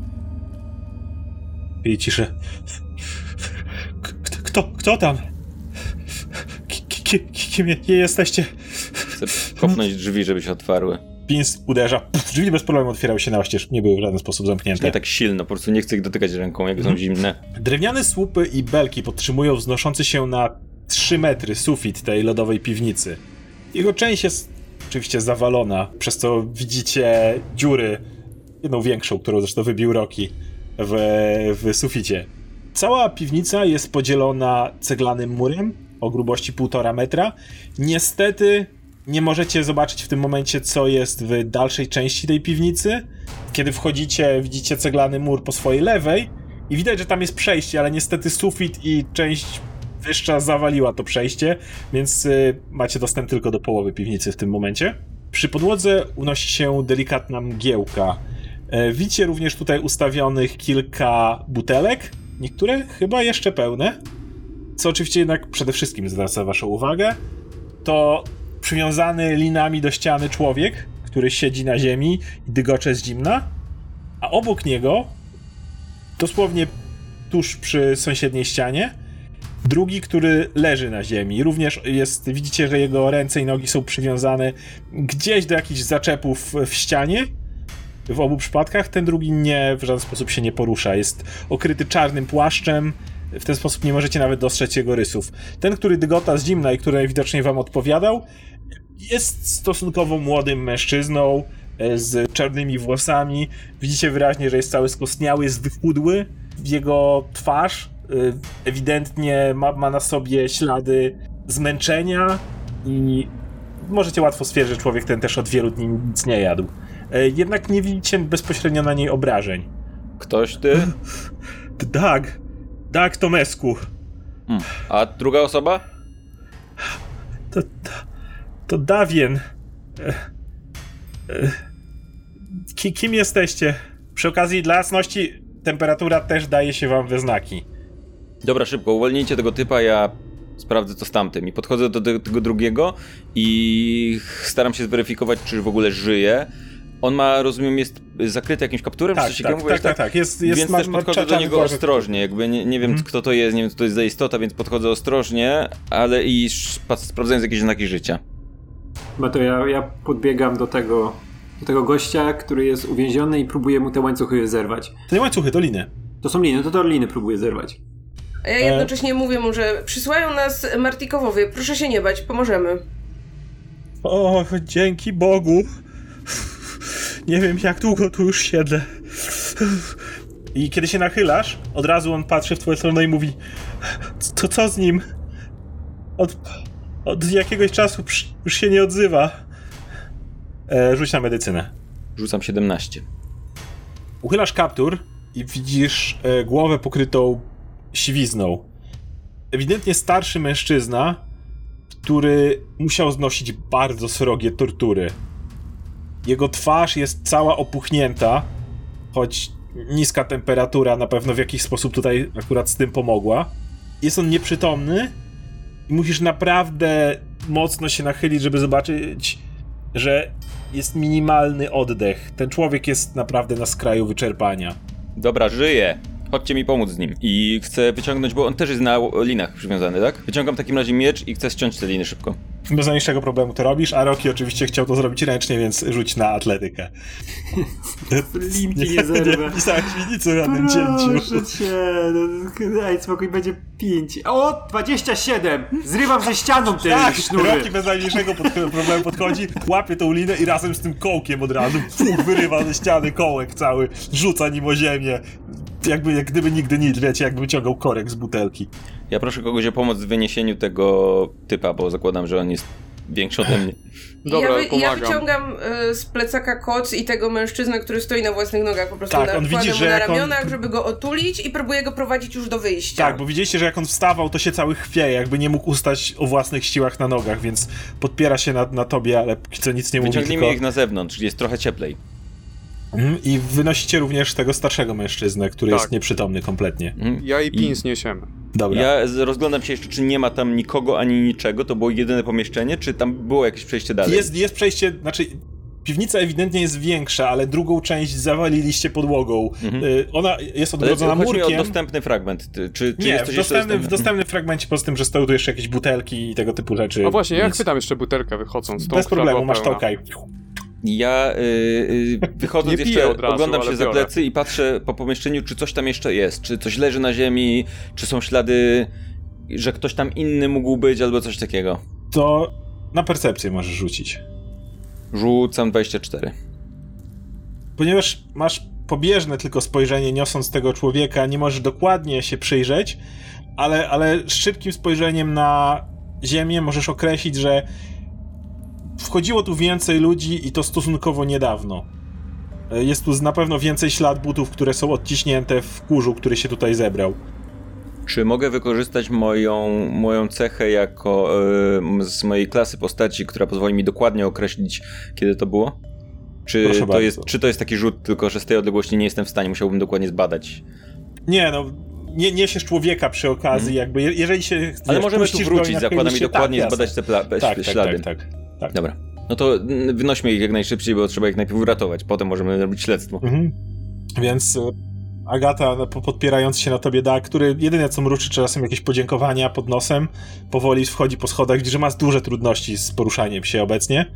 I ciszę. Kto tam? Kim jesteście? Chcę kopnąć drzwi, żeby się otwarły. Pins uderza. Drzwi bez problemu otwierały się na oścież. Nie były w żaden sposób zamknięte. Nie tak silno, po prostu nie chcę ich dotykać ręką, jak są zimne. Drewniane słupy i belki podtrzymują wznoszący się na 3 metry sufit tej lodowej piwnicy. Jego część jest oczywiście zawalona, przez co widzicie dziury, jedną większą, którą zresztą wybił Rocky w suficie. Cała piwnica jest podzielona ceglanym murem o grubości 1,5 metra. Niestety nie możecie zobaczyć w tym momencie, co jest w dalszej części tej piwnicy. Kiedy wchodzicie, widzicie ceglany mur po swojej lewej i widać, że tam jest przejście, ale niestety sufit i część wyższa zawaliła to przejście, więc macie dostęp tylko do połowy piwnicy w tym momencie. Przy podłodze unosi się delikatna mgiełka. Widzicie również tutaj ustawionych kilka butelek, niektóre chyba jeszcze pełne. Co oczywiście jednak przede wszystkim zwraca waszą uwagę, to przywiązany linami do ściany człowiek, który siedzi na ziemi i dygocze z zimna, a obok niego, dosłownie tuż przy sąsiedniej ścianie, drugi, który leży na ziemi. Również widzicie, że jego ręce i nogi są przywiązane gdzieś do jakichś zaczepów w ścianie. W obu przypadkach ten drugi w żaden sposób się nie porusza. Jest okryty czarnym płaszczem. W ten sposób nie możecie nawet dostrzec jego rysów. Ten, który dygota z zimna i który najwidoczniej wam odpowiadał, jest stosunkowo młodym mężczyzną z czarnymi włosami. Widzicie wyraźnie, że jest cały skostniały, jest wychudły. Jego twarz ewidentnie ma na sobie ślady zmęczenia i możecie łatwo stwierdzić, że człowiek ten też od wielu dni nic nie jadł. Jednak nie widzicie bezpośrednio na niej obrażeń. Ktoś ty? Doug Tomescu. A druga osoba? To Dawien. Kim jesteście? Przy okazji, dla jasności, temperatura też daje się wam we znaki. Dobra, szybko, uwolnijcie tego typa, ja sprawdzę co z tamtym. I podchodzę do tego drugiego i staram się zweryfikować, czy w ogóle żyje. On ma, rozumiem, jest zakryty jakimś kapturem, Tak, czy coś takiego? tak. Jest, więc też podchodzę do niego gwarze. ostrożnie, jakby nie wiem kto to jest, nie wiem co to jest za istota, więc podchodzę ostrożnie, ale i sprawdzając jakieś znaki życia. Bo to ja podbiegam do tego gościa, który jest uwięziony i próbuję mu te łańcuchy zerwać. To nie łańcuchy, to liny. To są liny, to liny próbuję zerwać. A ja jednocześnie mówię mu, że przysłają nas Martikowowie, proszę się nie bać, pomożemy. O, dzięki Bogu. Nie wiem, jak długo tu już siedzę. I kiedy się nachylasz, od razu on patrzy w twoją stronę i mówi: co z nim? Od jakiegoś czasu już się nie odzywa. Rzuć na medycynę. Rzucam 17. Uchylasz kaptur i widzisz głowę pokrytą siwizną. Ewidentnie starszy mężczyzna, który musiał znosić bardzo srogie tortury. Jego twarz jest cała opuchnięta, choć niska temperatura na pewno w jakiś sposób tutaj akurat z tym pomogła. Jest on nieprzytomny i musisz naprawdę mocno się nachylić, żeby zobaczyć, że jest minimalny oddech. Ten człowiek jest naprawdę na skraju wyczerpania. Dobra, żyje. Chodźcie mi pomóc z nim. I chcę wyciągnąć, bo on też jest na linach przywiązany, tak? Wyciągam w takim razie miecz i chcę ściąć te liny szybko. Bez najmniejszego problemu to robisz, a Rocky oczywiście chciał to zrobić ręcznie, więc rzuć na atletykę. Linki nie zerwę. Nie pisałeś mi nic o żadnym cięciu. Proszę cię, daj spokój, będzie 5. O, 27! Zrywam ze ścianą te Tak, sznury. Rocky bez najmniejszego problemu podchodzi, łapie tą linę i razem z tym kołkiem od razu wyrywa ze ściany kołek cały, rzuca nim o ziemię. Jak gdyby nigdy nic, wiecie, jakby wyciągał korek z butelki. Ja proszę kogoś o pomoc w wyniesieniu tego typa, bo zakładam, że on jest większy ode mnie. Dobra, ja pomagam. wyciągam z plecaka koc i tego mężczyznę, który stoi na własnych nogach, po prostu Tak, on widzi, nakładam że mu na jak on- ramionach, żeby go otulić i próbuję go prowadzić już do wyjścia. Tak, bo widzieliście, że jak on wstawał, to się cały chwieje, jakby nie mógł ustać o własnych siłach na nogach, więc podpiera się na tobie, ale póki co nic nie mówi, Wyciągnijmy tylko... ich na zewnątrz, jest trochę cieplej. I wynosicie również tego starszego mężczyznę, który Tak. jest nieprzytomny kompletnie. Ja i Pins niesiemy. Dobra. Ja rozglądam się jeszcze, czy nie ma tam nikogo ani niczego, to było jedyne pomieszczenie, czy tam było jakieś przejście dalej? Jest przejście, znaczy piwnica ewidentnie jest większa, ale drugą część zawaliliście podłogą. Ona jest odgrodzona Ale chodzi mi murkiem. o dostępny fragment. Czy Nie, jest coś jeszcze w dostępnym fragmencie, poza tym, że stoją tu jeszcze jakieś butelki i tego typu rzeczy. A właśnie, ja Nic. chwytam jeszcze butelkę wychodząc. Tą, Bez która problemu, była masz pełna. tokaj. Ja wychodząc Nie piję jeszcze od razu, oglądam ale się za biorę. plecy i patrzę po pomieszczeniu, czy coś tam jeszcze jest, czy coś leży na ziemi, czy są ślady, że ktoś tam inny mógł być, albo coś takiego. To na percepcję możesz rzucić. Rzucam 24. Ponieważ masz pobieżne tylko spojrzenie niosąc tego człowieka, nie możesz dokładnie się przyjrzeć, ale szybkim spojrzeniem na ziemię możesz określić, że wchodziło tu więcej ludzi i to stosunkowo niedawno. Jest tu na pewno więcej ślad butów, które są odciśnięte w kurzu, który się tutaj zebrał. Czy mogę wykorzystać moją cechę jako z mojej klasy postaci, która pozwoli mi dokładnie określić, kiedy to było? Proszę bardzo. Czy to jest taki rzut, tylko że z tej odległości nie jestem w stanie, musiałbym dokładnie zbadać. Nie, no, nie niesiesz człowieka przy okazji, jakby, jeżeli się... Ale wiesz, możemy tu puścisz go wrócić, i zakładam, i nachylisz się, dokładnie tak, zbadać te ślady. Tak. Dobra. No to wynośmy ich jak najszybciej, bo trzeba ich najpierw uratować, potem możemy robić śledztwo. Więc Agata, podpierając się na tobie, który jedyne co mruczy czasem jakieś podziękowania pod nosem, powoli wchodzi po schodach, widzi, że ma duże trudności z poruszaniem się obecnie.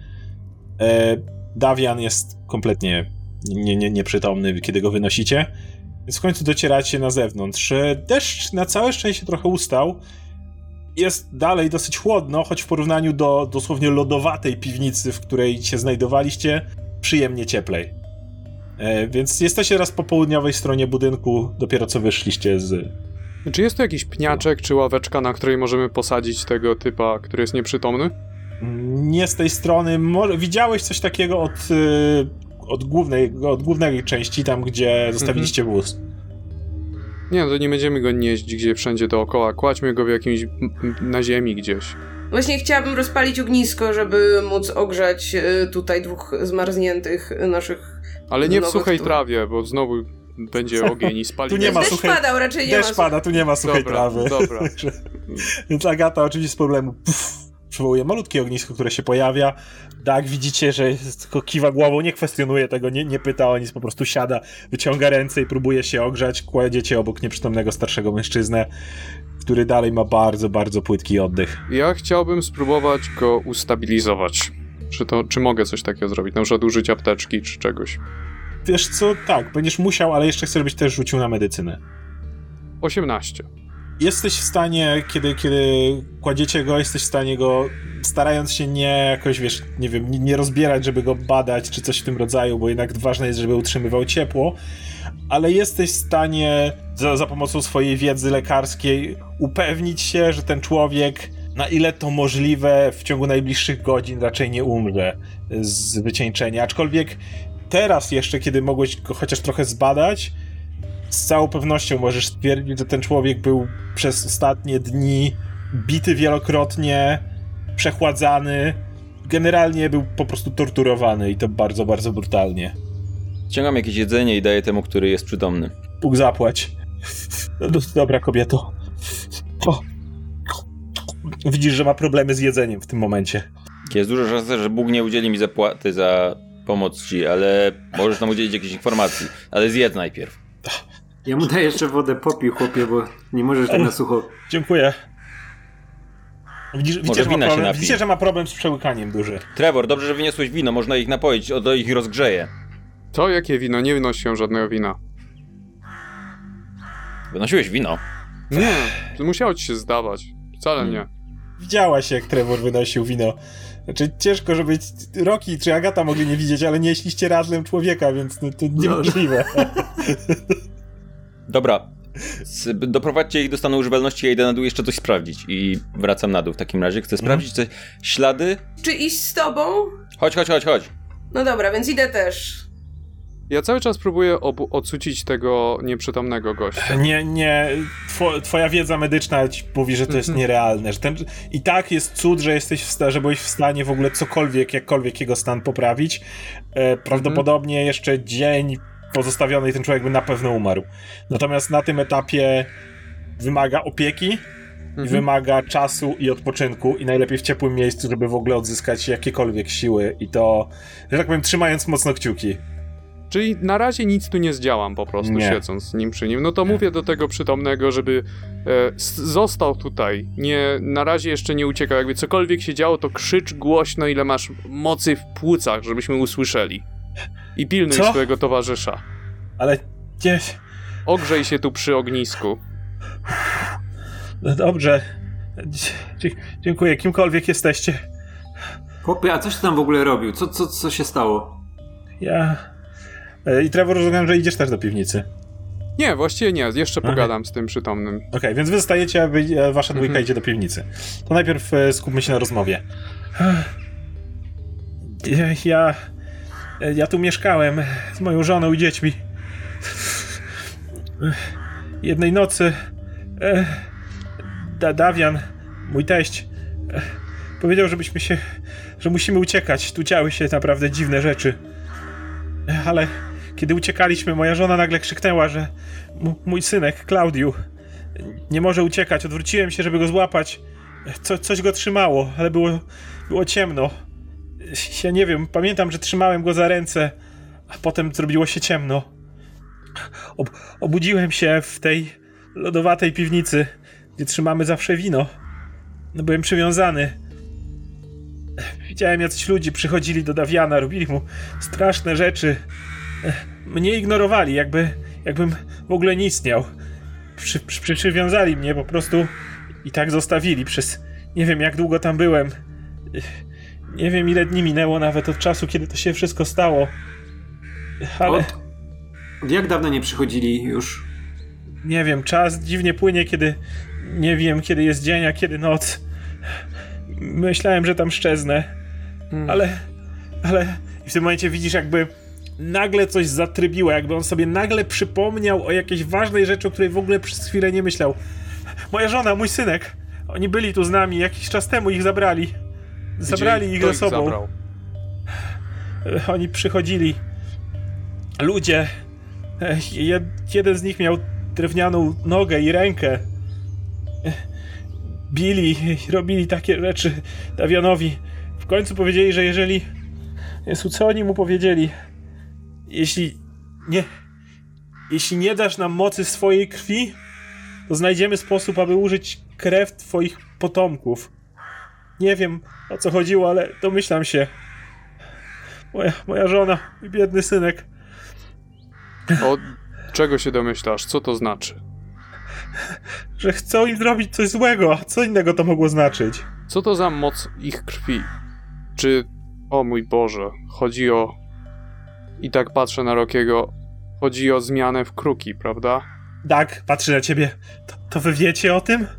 Dawian jest kompletnie nieprzytomny, kiedy go wynosicie, więc w końcu docieracie na zewnątrz. Deszcz na całe szczęście trochę ustał. Jest dalej dosyć chłodno, choć w porównaniu do dosłownie lodowatej piwnicy, w której się znajdowaliście, przyjemnie cieplej. Więc jesteście teraz po południowej stronie budynku, dopiero co wyszliście z... Czy jest tu jakiś pniaczek czy ławeczka, na której możemy posadzić tego typa, który jest nieprzytomny? Nie z tej strony. Widziałeś coś takiego od głównej części, tam gdzie zostawiliście wóz. Nie, no to nie będziemy go nieść gdzie wszędzie dookoła. Kładźmy go w jakimś... na ziemi gdzieś. Właśnie chciałabym rozpalić ognisko, żeby móc ogrzać tutaj 2 zmarzniętych naszych... Ale nie w nowych suchej tu. trawie, bo znowu będzie ogień i spali. Tu nie ma Deszcz suchej... padał, raczej nie Deszcz ma pada, tu nie ma suchej Dobra, trawy. dobra. Więc Agata oczywiście z problemu przywołuje malutkie ognisko, które się pojawia. Tak, widzicie, że tylko kiwa głową, nie kwestionuje tego, nie pyta o nic, po prostu siada, wyciąga ręce i próbuje się ogrzać. Kładziecie obok nieprzytomnego starszego mężczyznę, który dalej ma bardzo, bardzo płytki oddech. Ja chciałbym spróbować go ustabilizować. Czy mogę coś takiego zrobić? Na przykład użyć apteczki czy czegoś. Wiesz co, tak, będziesz musiał, ale jeszcze chcę, żebyś też rzucił na medycynę. 18. Jesteś w stanie, kiedy kładziecie go, jesteś w stanie go, starając się nie jakoś, wiesz, nie wiem, nie rozbierać, żeby go badać, czy coś w tym rodzaju, bo jednak ważne jest, żeby utrzymywał ciepło, ale jesteś w stanie za pomocą swojej wiedzy lekarskiej upewnić się, że ten człowiek, na ile to możliwe, w ciągu najbliższych godzin raczej nie umrze z wycieńczenia. Aczkolwiek teraz jeszcze, kiedy mogłeś go chociaż trochę zbadać, z całą pewnością możesz stwierdzić, że ten człowiek był przez ostatnie dni bity wielokrotnie, przechładzany, generalnie był po prostu torturowany i to bardzo, bardzo brutalnie. Ściągam jakieś jedzenie i daję temu, który jest przytomny. Bóg zapłać. Dobra, kobieto. O. Widzisz, że ma problemy z jedzeniem w tym momencie. Jest dużo szans, że Bóg nie udzieli mi zapłaty za pomoc ci, ale możesz nam udzielić jakiejś informacji. Ale zjedz najpierw. Ja mu daję jeszcze wodę, popij chłopie, bo nie możesz tak na sucho. Dziękuję. Widzicie, że ma problem z przełykaniem duży. Trevor, dobrze, że wyniosłeś wino, można ich napoić, to ich rozgrzeje. To jakie wino? Nie wynosiłem żadnego wina. Wynosiłeś wino? Nie, to musiało ci się zdawać. Wcale nie. Widziałaś, jak Trevor wynosił wino. Znaczy, ciężko, żeby Rocky czy Agata mogli nie widzieć, ale nieśliście radlem człowieka, więc no, to niemożliwe. Dobra, doprowadźcie ich do stanu używalności, ja idę na dół jeszcze coś sprawdzić i wracam na dół w takim razie. Chcę sprawdzić te ślady. Czy iść z tobą? Chodź. No dobra, więc idę też. Ja cały czas próbuję odsucić tego nieprzytomnego gościa. Nie, twoja wiedza medyczna ci mówi, że to jest nierealne. Że i tak jest cud, że że byłeś w stanie w ogóle jakkolwiek jego stan poprawić. Prawdopodobnie jeszcze dzień pozostawiony i ten człowiek by na pewno umarł. Natomiast na tym etapie wymaga opieki, i wymaga czasu i odpoczynku i najlepiej w ciepłym miejscu, żeby w ogóle odzyskać jakiekolwiek siły i to, że tak powiem, trzymając mocno kciuki. Czyli na razie nic tu nie zdziałam po prostu, siedząc z nim przy nim. No to mówię do tego przytomnego, żeby został tutaj. Na razie jeszcze nie uciekał. Jakby cokolwiek się działo, to krzycz głośno, ile masz mocy w płucach, żebyśmy usłyszeli. I pilnuj swojego towarzysza. Ale gdzie... Ogrzej się tu przy ognisku. No dobrze. Dziękuję, kimkolwiek jesteście. Chłopie, a coś ty tam w ogóle robił? Co się stało? I Trevor, rozumiem, że idziesz też do piwnicy. Nie, właściwie nie. Jeszcze pogadam z tym przytomnym. Okej, więc wy zostajecie, a wasza dwójka idzie do piwnicy. To najpierw skupmy się na rozmowie. Ja tu mieszkałem z moją żoną i dziećmi. Jednej nocy Dawian, mój teść, powiedział, że musimy uciekać. Tu działy się naprawdę dziwne rzeczy. Ale kiedy uciekaliśmy, moja żona nagle krzyknęła, że mój synek, Klaudiu, nie może uciekać. Odwróciłem się, żeby go złapać. Coś go trzymało, ale było ciemno. Ja nie wiem, pamiętam, że trzymałem go za ręce, a potem zrobiło się ciemno. Obudziłem się w tej lodowatej piwnicy, gdzie trzymamy zawsze wino. No, byłem przywiązany. Widziałem, jacyś ludzie przychodzili do Dawiana, robili mu straszne rzeczy. Mnie ignorowali, jakbym w ogóle nie istniał. Przywiązali mnie po prostu i tak zostawili przez nie wiem jak długo tam byłem. Nie wiem ile dni minęło nawet od czasu, kiedy to się wszystko stało. Ale... Od jak dawno nie przychodzili już? Nie wiem, czas dziwnie płynie, kiedy nie wiem, kiedy jest dzień, a kiedy noc. Myślałem, że tam szczeznę. Ale... I w tym momencie widzisz, jakby nagle coś zatrybiło, jakby on sobie nagle przypomniał o jakiejś ważnej rzeczy, o której w ogóle przez chwilę nie myślał. Moja żona, mój synek, oni byli tu z nami, jakiś czas temu ich zabrali. Zabrali ich ze sobą. Zabrał? Oni przychodzili. Ludzie. Jeden z nich miał drewnianą nogę i rękę. Bili, robili takie rzeczy Davianowi. W końcu powiedzieli, że jeżeli... Jezu, co oni mu powiedzieli? Jeśli nie dasz nam mocy swojej krwi, to znajdziemy sposób, aby użyć krew twoich potomków. Nie wiem, o co chodziło, ale domyślam się. Moja żona, mój biedny synek. O czego się domyślasz? Co to znaczy? Że chcą im zrobić coś złego, a co innego to mogło znaczyć? Co to za moc ich krwi? Czy... O mój Boże, chodzi o... I tak patrzę na Rockiego. Chodzi o zmianę w kruki, prawda? Tak, patrzę na ciebie. To wy wiecie o tym?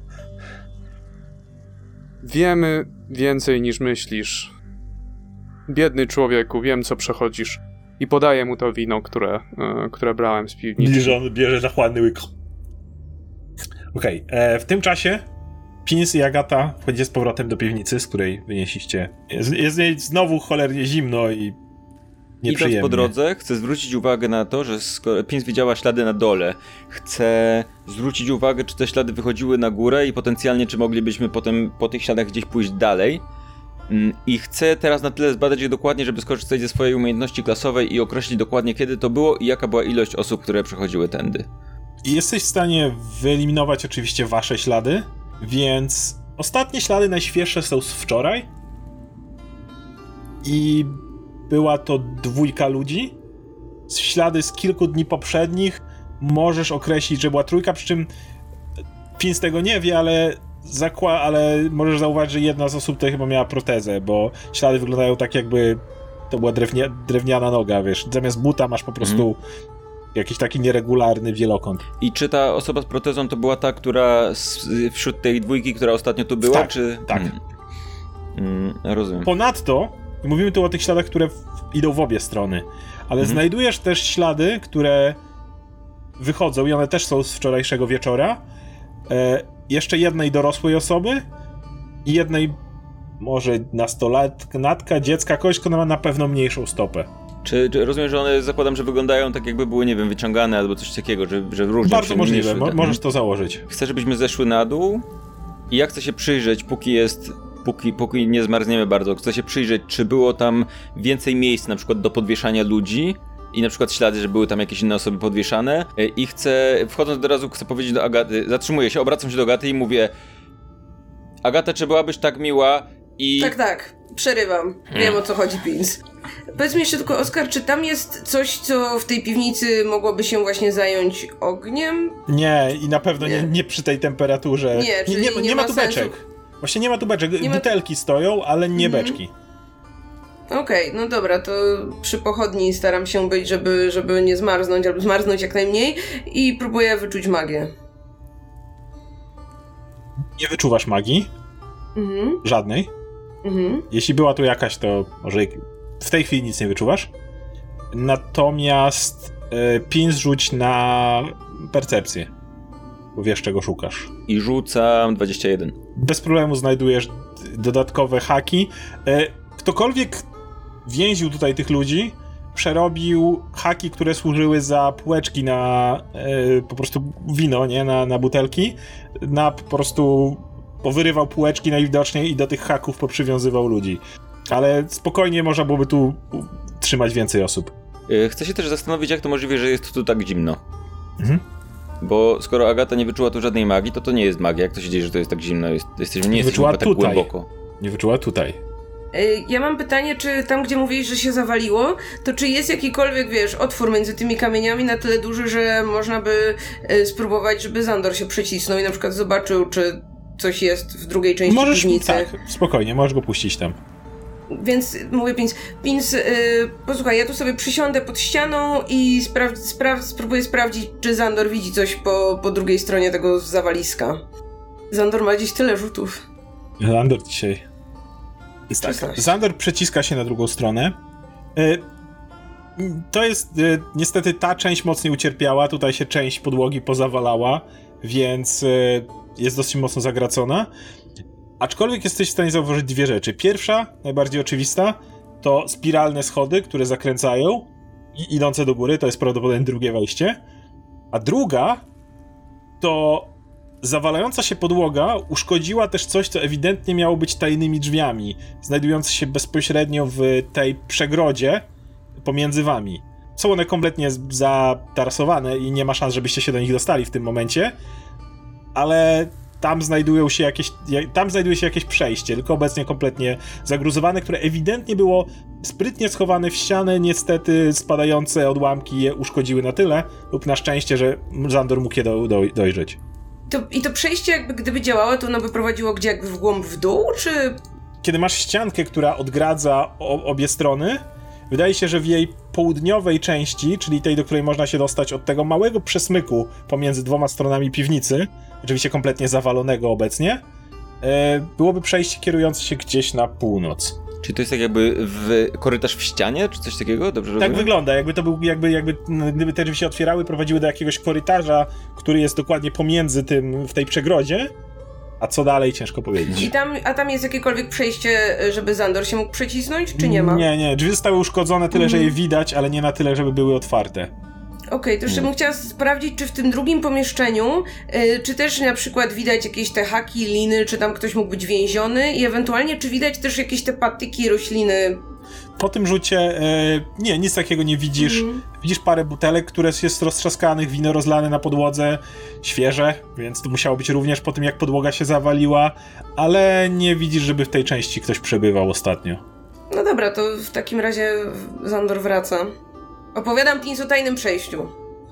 Wiemy więcej niż myślisz. Biedny człowieku, wiem co przechodzisz. I podaję mu to wino, które brałem z piwnicy. Widzisz, że on bierze zachłanny łyk. Okej, w tym czasie Pins i Agata wchodzicie z powrotem do piwnicy, z której wynieśliście. Jest w niej znowu cholernie zimno i nieprzyjemnie. Idąc po drodze, chcę zwrócić uwagę na to, że Pins widziała ślady na dole. Chcę zwrócić uwagę, czy te ślady wychodziły na górę i potencjalnie, czy moglibyśmy potem po tych śladach gdzieś pójść dalej. I chcę teraz na tyle zbadać je dokładnie, żeby skorzystać ze swojej umiejętności klasowej i określić dokładnie, kiedy to było i jaka była ilość osób, które przechodziły tędy. I jesteś w stanie wyeliminować oczywiście wasze ślady, więc ostatnie ślady najświeższe są z wczoraj. I była to 2 ludzi. Ślady z kilku dni poprzednich możesz określić, że była 3, przy czym Pins tego nie wie, ale możesz zauważyć, że jedna z osób tutaj chyba miała protezę, bo ślady wyglądają tak, jakby to była drewniana noga, wiesz. Zamiast buta masz po prostu jakiś taki nieregularny wielokąt. I czy ta osoba z protezą to była ta, która wśród tej 2, która ostatnio tu była, tak, czy... Tak. Rozumiem. Ponadto, mówimy tu o tych śladach, które idą w obie strony, ale znajdujesz też ślady, które wychodzą i one też są z wczorajszego wieczora. Jeszcze jednej dorosłej osoby i jednej może nastolatka, dziecka, kogoś, kto ma na pewno mniejszą stopę. Czy rozumiem, że one, zakładam, że wyglądają tak, jakby były, nie wiem, wyciągane albo coś takiego, że różnie Bardzo możliwe, możesz to założyć. Chcę, żebyśmy zeszły na dół i ja chcę się przyjrzeć, póki nie zmarzniemy bardzo, chcę się przyjrzeć, czy było tam więcej miejsc, na przykład do podwieszania ludzi i na przykład ślady, że były tam jakieś inne osoby podwieszane i wchodząc od razu, chcę powiedzieć do Agaty, zatrzymuję się, obracam się do Agaty i mówię: Agata, czy byłabyś tak miła i... Tak, przerywam. Wiem, o co chodzi, Pins. Powiedz mi jeszcze tylko, Oskar, czy tam jest coś, co w tej piwnicy mogłoby się właśnie zająć ogniem? Nie, i na pewno nie przy tej temperaturze. Nie, czyli nie ma tu beczek. Właśnie nie ma tu beczek. Butelki stoją, ale nie beczki. Okej, no dobra, to przy pochodni staram się być, żeby nie zmarznąć, albo zmarznąć jak najmniej i próbuję wyczuć magię. Nie wyczuwasz magii? Żadnej? Jeśli była tu jakaś, to może w tej chwili nic nie wyczuwasz. Natomiast Pins rzuć na percepcję, bo wiesz, czego szukasz. I rzucam 21. Bez problemu znajdujesz dodatkowe haki. Ktokolwiek więził tutaj tych ludzi, przerobił haki, które służyły za półeczki na po prostu wino, nie? Na butelki. Na po prostu powyrywał półeczki najwidoczniej i do tych haków poprzywiązywał ludzi. Ale spokojnie można byłoby tu trzymać więcej osób. Chcę się też zastanowić, jak to możliwe, że jest tu tak zimno. Bo skoro Agata nie wyczuła tu żadnej magii, to nie jest magia. Jak to się dzieje, że to jest tak zimno? Nie jesteśmy tak głęboko. Nie wyczuła tutaj. Ja mam pytanie, czy tam, gdzie mówiłeś, że się zawaliło, to czy jest jakikolwiek, wiesz, otwór między tymi kamieniami na tyle duży, że można by spróbować, żeby Zandor się przycisnął i na przykład zobaczył, czy coś jest w drugiej części piwnicy? Tak, spokojnie, możesz go puścić tam. Więc mówię, Pins, posłuchaj, ja tu sobie przysiądę pod ścianą i spróbuję sprawdzić, czy Zandor widzi coś po drugiej stronie tego zawaliska. Zandor ma dziś tyle rzutów. Zandor dzisiaj... Tak. Zandor przeciska się na drugą stronę. To jest, niestety ta część mocniej ucierpiała, tutaj się część podłogi pozawalała, więc jest dosyć mocno zagracona. Aczkolwiek jesteś w stanie zauważyć dwie rzeczy. Pierwsza, najbardziej oczywista, to spiralne schody, które zakręcają i idące do góry, to jest prawdopodobnie drugie wejście. A druga, to zawalająca się podłoga uszkodziła też coś, co ewidentnie miało być tajnymi drzwiami, znajdujące się bezpośrednio w tej przegrodzie pomiędzy wami. Są one kompletnie zatarasowane i nie ma szans, żebyście się do nich dostali w tym momencie, ale tam znajduje się jakieś przejście, tylko obecnie kompletnie zagruzowane, które ewidentnie było sprytnie schowane w ścianę. Niestety spadające odłamki je uszkodziły na tyle, lub na szczęście, że Xandor mógł je dojrzeć. I to przejście jakby gdyby działało, to ono by prowadziło gdzie, jakby w głąb w dół, czy... Kiedy masz ściankę, która odgradza obie strony, wydaje się, że w jej południowej części, czyli tej, do której można się dostać od tego małego przesmyku pomiędzy dwoma stronami piwnicy, oczywiście kompletnie zawalonego obecnie, byłoby przejście kierujące się gdzieś na północ. Czyli to jest tak jakby korytarz w ścianie, czy coś takiego? Dobrze rozumiem? Tak wygląda, jakby to był, gdyby te drzwi się otwierały, prowadziły do jakiegoś korytarza, który jest dokładnie pomiędzy tym, w tej przegrodzie, a co dalej, ciężko powiedzieć. A tam jest jakiekolwiek przejście, żeby Xandor się mógł przecisnąć, czy nie ma? Nie, drzwi zostały uszkodzone tyle, że je widać, ale nie na tyle, żeby były otwarte. Okej, to jeszcze bym chciała sprawdzić, czy w tym drugim pomieszczeniu, czy też na przykład widać jakieś te haki, liny, czy tam ktoś mógł być więziony i ewentualnie czy widać też jakieś te patyki, rośliny. Po tym rzucie, nie, nic takiego nie widzisz. Widzisz parę butelek, które jest roztrzaskanych, wino rozlane na podłodze, świeże, więc to musiało być również po tym, jak podłoga się zawaliła, ale nie widzisz, żeby w tej części ktoś przebywał ostatnio. No dobra, to w takim razie Xandor wraca. Opowiadam Teens o tajnym przejściu.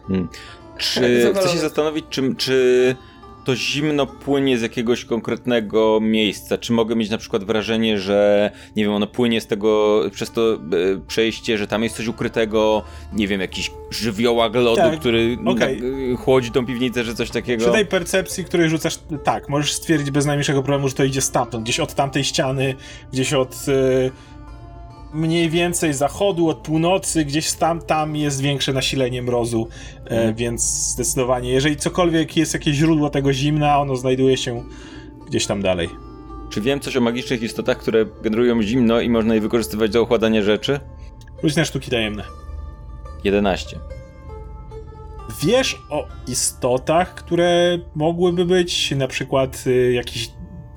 Chcę się zastanowić, czy to zimno płynie z jakiegoś konkretnego miejsca. Czy mogę mieć na przykład wrażenie, że nie wiem, ono płynie z tego, przez to przejście, że tam jest coś ukrytego, nie wiem, jakiś żywiołak lodu, tak, który chłodzi tą piwnicę, że coś takiego. Przy tej percepcji, której rzucasz, tak, możesz stwierdzić bez najmniejszego problemu, że to idzie stamtąd, gdzieś od tamtej ściany, gdzieś od mniej więcej zachodu, od północy, gdzieś tam jest większe nasilenie mrozu, więc zdecydowanie, jeżeli cokolwiek jest jakieś źródło tego zimna, ono znajduje się gdzieś tam dalej. Czy wiem coś o magicznych istotach, które generują zimno i można je wykorzystywać do ochładzania rzeczy? Różne sztuki tajemne. 11. Wiesz o istotach, które mogłyby być, na przykład jakiś...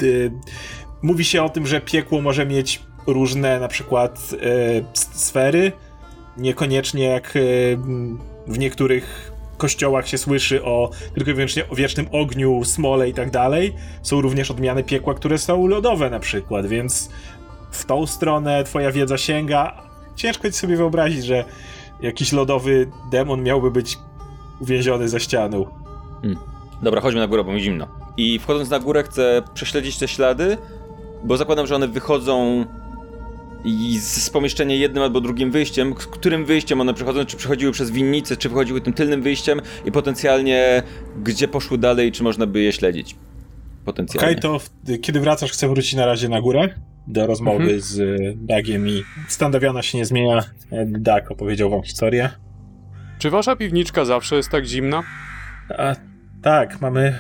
mówi się o tym, że piekło może mieć różne na przykład sfery, niekoniecznie jak w niektórych kościołach się słyszy tylko i wyłącznie o wiecznym ogniu, smole i tak dalej. Są również odmiany piekła, które są lodowe na przykład, więc w tą stronę twoja wiedza sięga. Ciężko ci sobie wyobrazić, że jakiś lodowy demon miałby być uwięziony za ścianą. Dobra, chodźmy na górę, bo mi zimno. I wchodząc na górę chcę prześledzić te ślady, bo zakładam, że one wychodzą z pomieszczenia jednym albo drugim wyjściem. Którym wyjściem one przechodzą? Czy przechodziły przez winnicę, czy wychodziły tym tylnym wyjściem i potencjalnie gdzie poszły dalej, czy można by je śledzić? Potencjalnie. Okej, to kiedy wracasz, chcę wrócić na razie na górę do rozmowy z Dagiem i Standawiana się nie zmienia. Dag opowiedział wam historię. Czy wasza piwniczka zawsze jest tak zimna? Tak, mamy...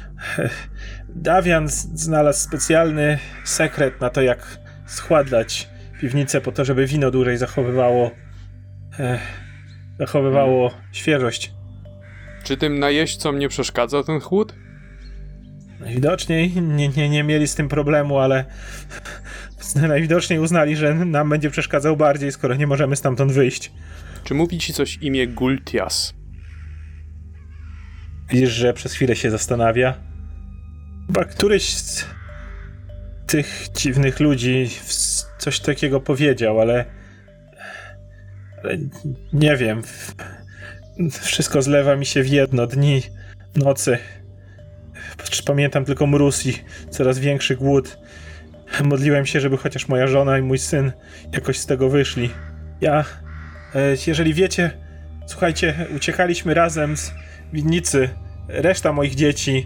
Dawian znalazł specjalny sekret na to, jak schładlać piwnicę po to, żeby wino dłużej zachowywało świeżość. Czy tym najeźdźcom nie przeszkadza ten chłód? Najwidoczniej nie mieli z tym problemu, ale najwidoczniej uznali, że nam będzie przeszkadzał bardziej, skoro nie możemy stamtąd wyjść. Czy mówi ci coś imię Gultias? Widzisz, że przez chwilę się zastanawia. Chyba któryś z tych dziwnych ludzi coś takiego powiedział, ale nie wiem. Wszystko zlewa mi się w jedno. Dni, nocy. Pamiętam tylko mróz i coraz większy głód. Modliłem się, żeby chociaż moja żona i mój syn jakoś z tego wyszli. Jeżeli wiecie, słuchajcie, uciekaliśmy razem z winnicy. Reszta moich dzieci.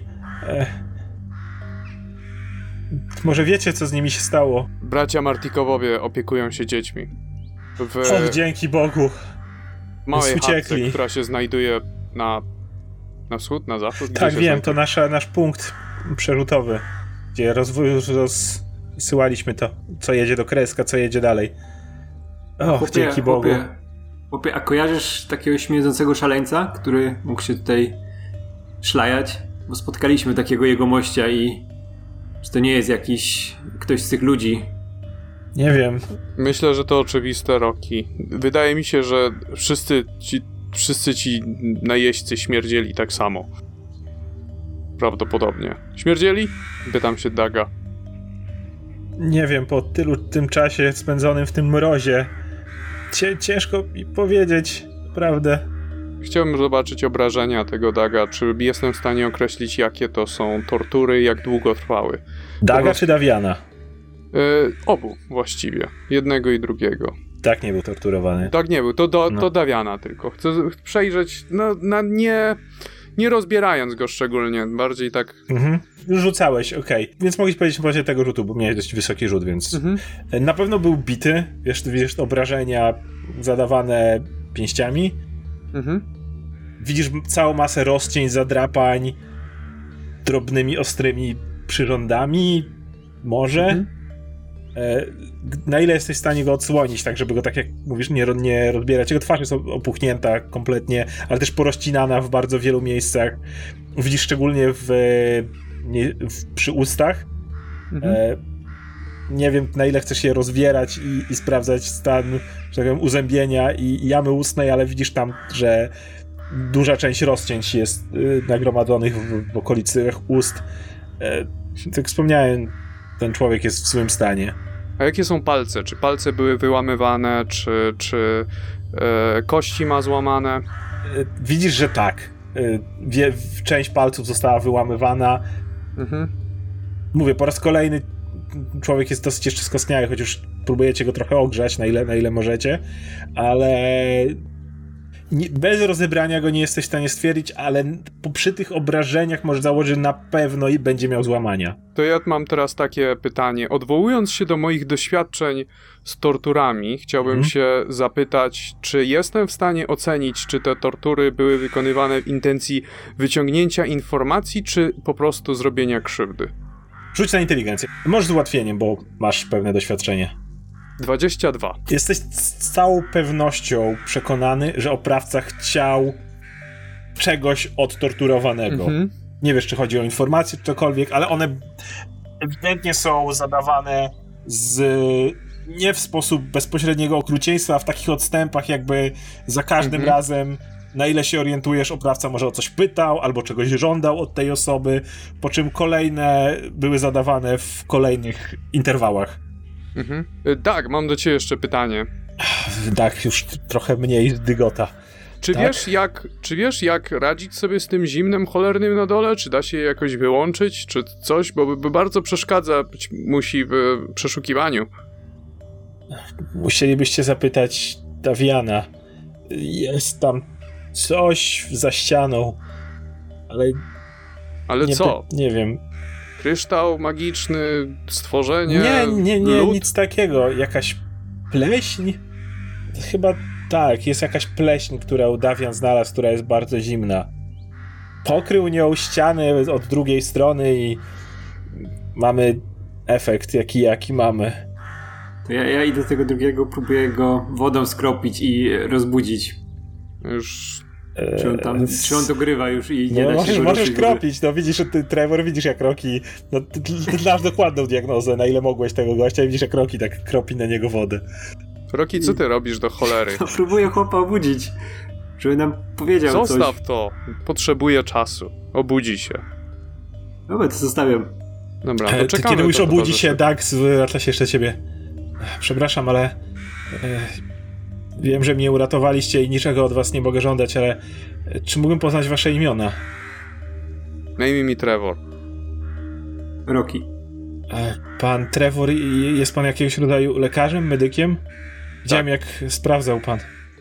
Może wiecie, co z nimi się stało? Bracia Martikowowie opiekują się dziećmi. Och, dzięki Bogu. małej chatce, uciekli. która się znajduje na wschód, na zachód? Gdzie Tak, się wiem, to znajduje? nasz punkt przerzutowy, gdzie rozsyłaliśmy to, co jedzie do Kreska, co jedzie dalej. Och, dzięki Bogu. Chłopie, a kojarzysz takiego śmierdzącego szaleńca, który mógł się tutaj szlajać? Bo spotkaliśmy takiego jegomościa i czy to nie jest jakiś ktoś z tych ludzi? Nie wiem. Myślę, że to oczywiste, Rocky. Wydaje mi się, że wszyscy ci najeźdźcy śmierdzieli tak samo. Prawdopodobnie. Śmierdzieli? Pytam się Daga. Nie wiem, po tym czasie spędzonym w tym mrozie ciężko mi powiedzieć prawdę. Chciałbym zobaczyć obrażenia tego Daga. Czy jestem w stanie określić, jakie to są tortury, jak długo trwały? Daga czy Dawiana? Obu właściwie. Jednego i drugiego. Tak nie był torturowany. Tak nie był, to Dawiana tylko. Chcę przejrzeć, nie rozbierając go szczególnie, bardziej tak... Mhm. Rzucałeś, okej. Więc mogłeś powiedzieć na bazie tego rzutu, bo miałeś dość wysoki rzut, więc... Na pewno był bity, wiesz obrażenia zadawane pięściami. Widzisz całą masę rozcięć, zadrapań, drobnymi, ostrymi przyrządami, może. Na ile jesteś w stanie go odsłonić, tak żeby go, tak jak mówisz, nie rozbierać. Jego twarz jest opuchnięta kompletnie, ale też porozcinana w bardzo wielu miejscach. Widzisz szczególnie przy ustach. Nie wiem, na ile chcesz je rozwierać i sprawdzać stan, że tak powiem, uzębienia i jamy ustnej, ale widzisz tam, że duża część rozcięć jest nagromadzonych w okolicy ust. Tak jak wspomniałem, ten człowiek jest w złym stanie. A jakie są palce? Czy palce były wyłamywane, czy kości ma złamane? Widzisz, że tak. Część palców została wyłamywana. Mówię, po raz kolejny człowiek jest dosyć jeszcze skostniały, choć już próbujecie go trochę ogrzać, na ile możecie, ale bez rozebrania go nie jesteś w stanie stwierdzić, ale przy tych obrażeniach możesz założyć, że na pewno i będzie miał złamania. To ja mam teraz takie pytanie. Odwołując się do moich doświadczeń z torturami, chciałbym się zapytać, czy jestem w stanie ocenić, czy te tortury były wykonywane w intencji wyciągnięcia informacji, czy po prostu zrobienia krzywdy? Rzuć na inteligencję. Możesz z ułatwieniem, bo masz pewne doświadczenie. 22. Jesteś z całą pewnością przekonany, że oprawca chciał czegoś od torturowanego. Nie wiesz, czy chodzi o informacje, czy cokolwiek, ale one ewidentnie są zadawane nie w sposób bezpośredniego okrucieństwa, a w takich odstępach, jakby za każdym razem, na ile się orientujesz, oprawca może o coś pytał, albo czegoś żądał od tej osoby, po czym kolejne były zadawane w kolejnych interwałach. Tak, mam do ciebie jeszcze pytanie. Tak, już trochę mniej dygota. Czy tak? wiesz, jak radzić sobie z tym zimnem cholernym na dole? Czy da się je jakoś wyłączyć, czy coś? Bo bardzo przeszkadzać musi w przeszukiwaniu. Musielibyście zapytać Dawiana. Jest tam coś za ścianą, ale nie, co? Nie wiem. Kryształ magiczny, stworzenie, Nie, lód? nic takiego. Jakaś pleśń? Chyba tak, jest jakaś pleśń, którą Dawian znalazł, która jest bardzo zimna. Pokrył nią ściany od drugiej strony i mamy efekt, jaki mamy. To ja idę do tego drugiego, próbuję go wodą skropić i rozbudzić. Już... Czy on dogrywa już i nie da się możesz kropić, no widzisz, ty, Trevor, widzisz jak Rocky, no ty znasz dokładną diagnozę, na ile mogłeś tego gościa i widzisz jak Rocky tak kropi na niego wodę. Rocky, co ty robisz do cholery? No, próbuję chłopa obudzić, żeby nam powiedział coś. Zostaw to, potrzebuje czasu, obudzi się. Dobra, to zostawiam. Dobra, to czekamy. Kiedy już obudzi towarzyszy. się Dax, zwraca się jeszcze ciebie. Przepraszam, ale wiem, że mnie uratowaliście i niczego od was nie mogę żądać, ale czy mógłbym poznać wasze imiona? Na imię mi Trevor. Rocky. Pan Trevor, jest pan jakiegoś rodzaju lekarzem, medykiem? Widziałem, jak sprawdzał pan.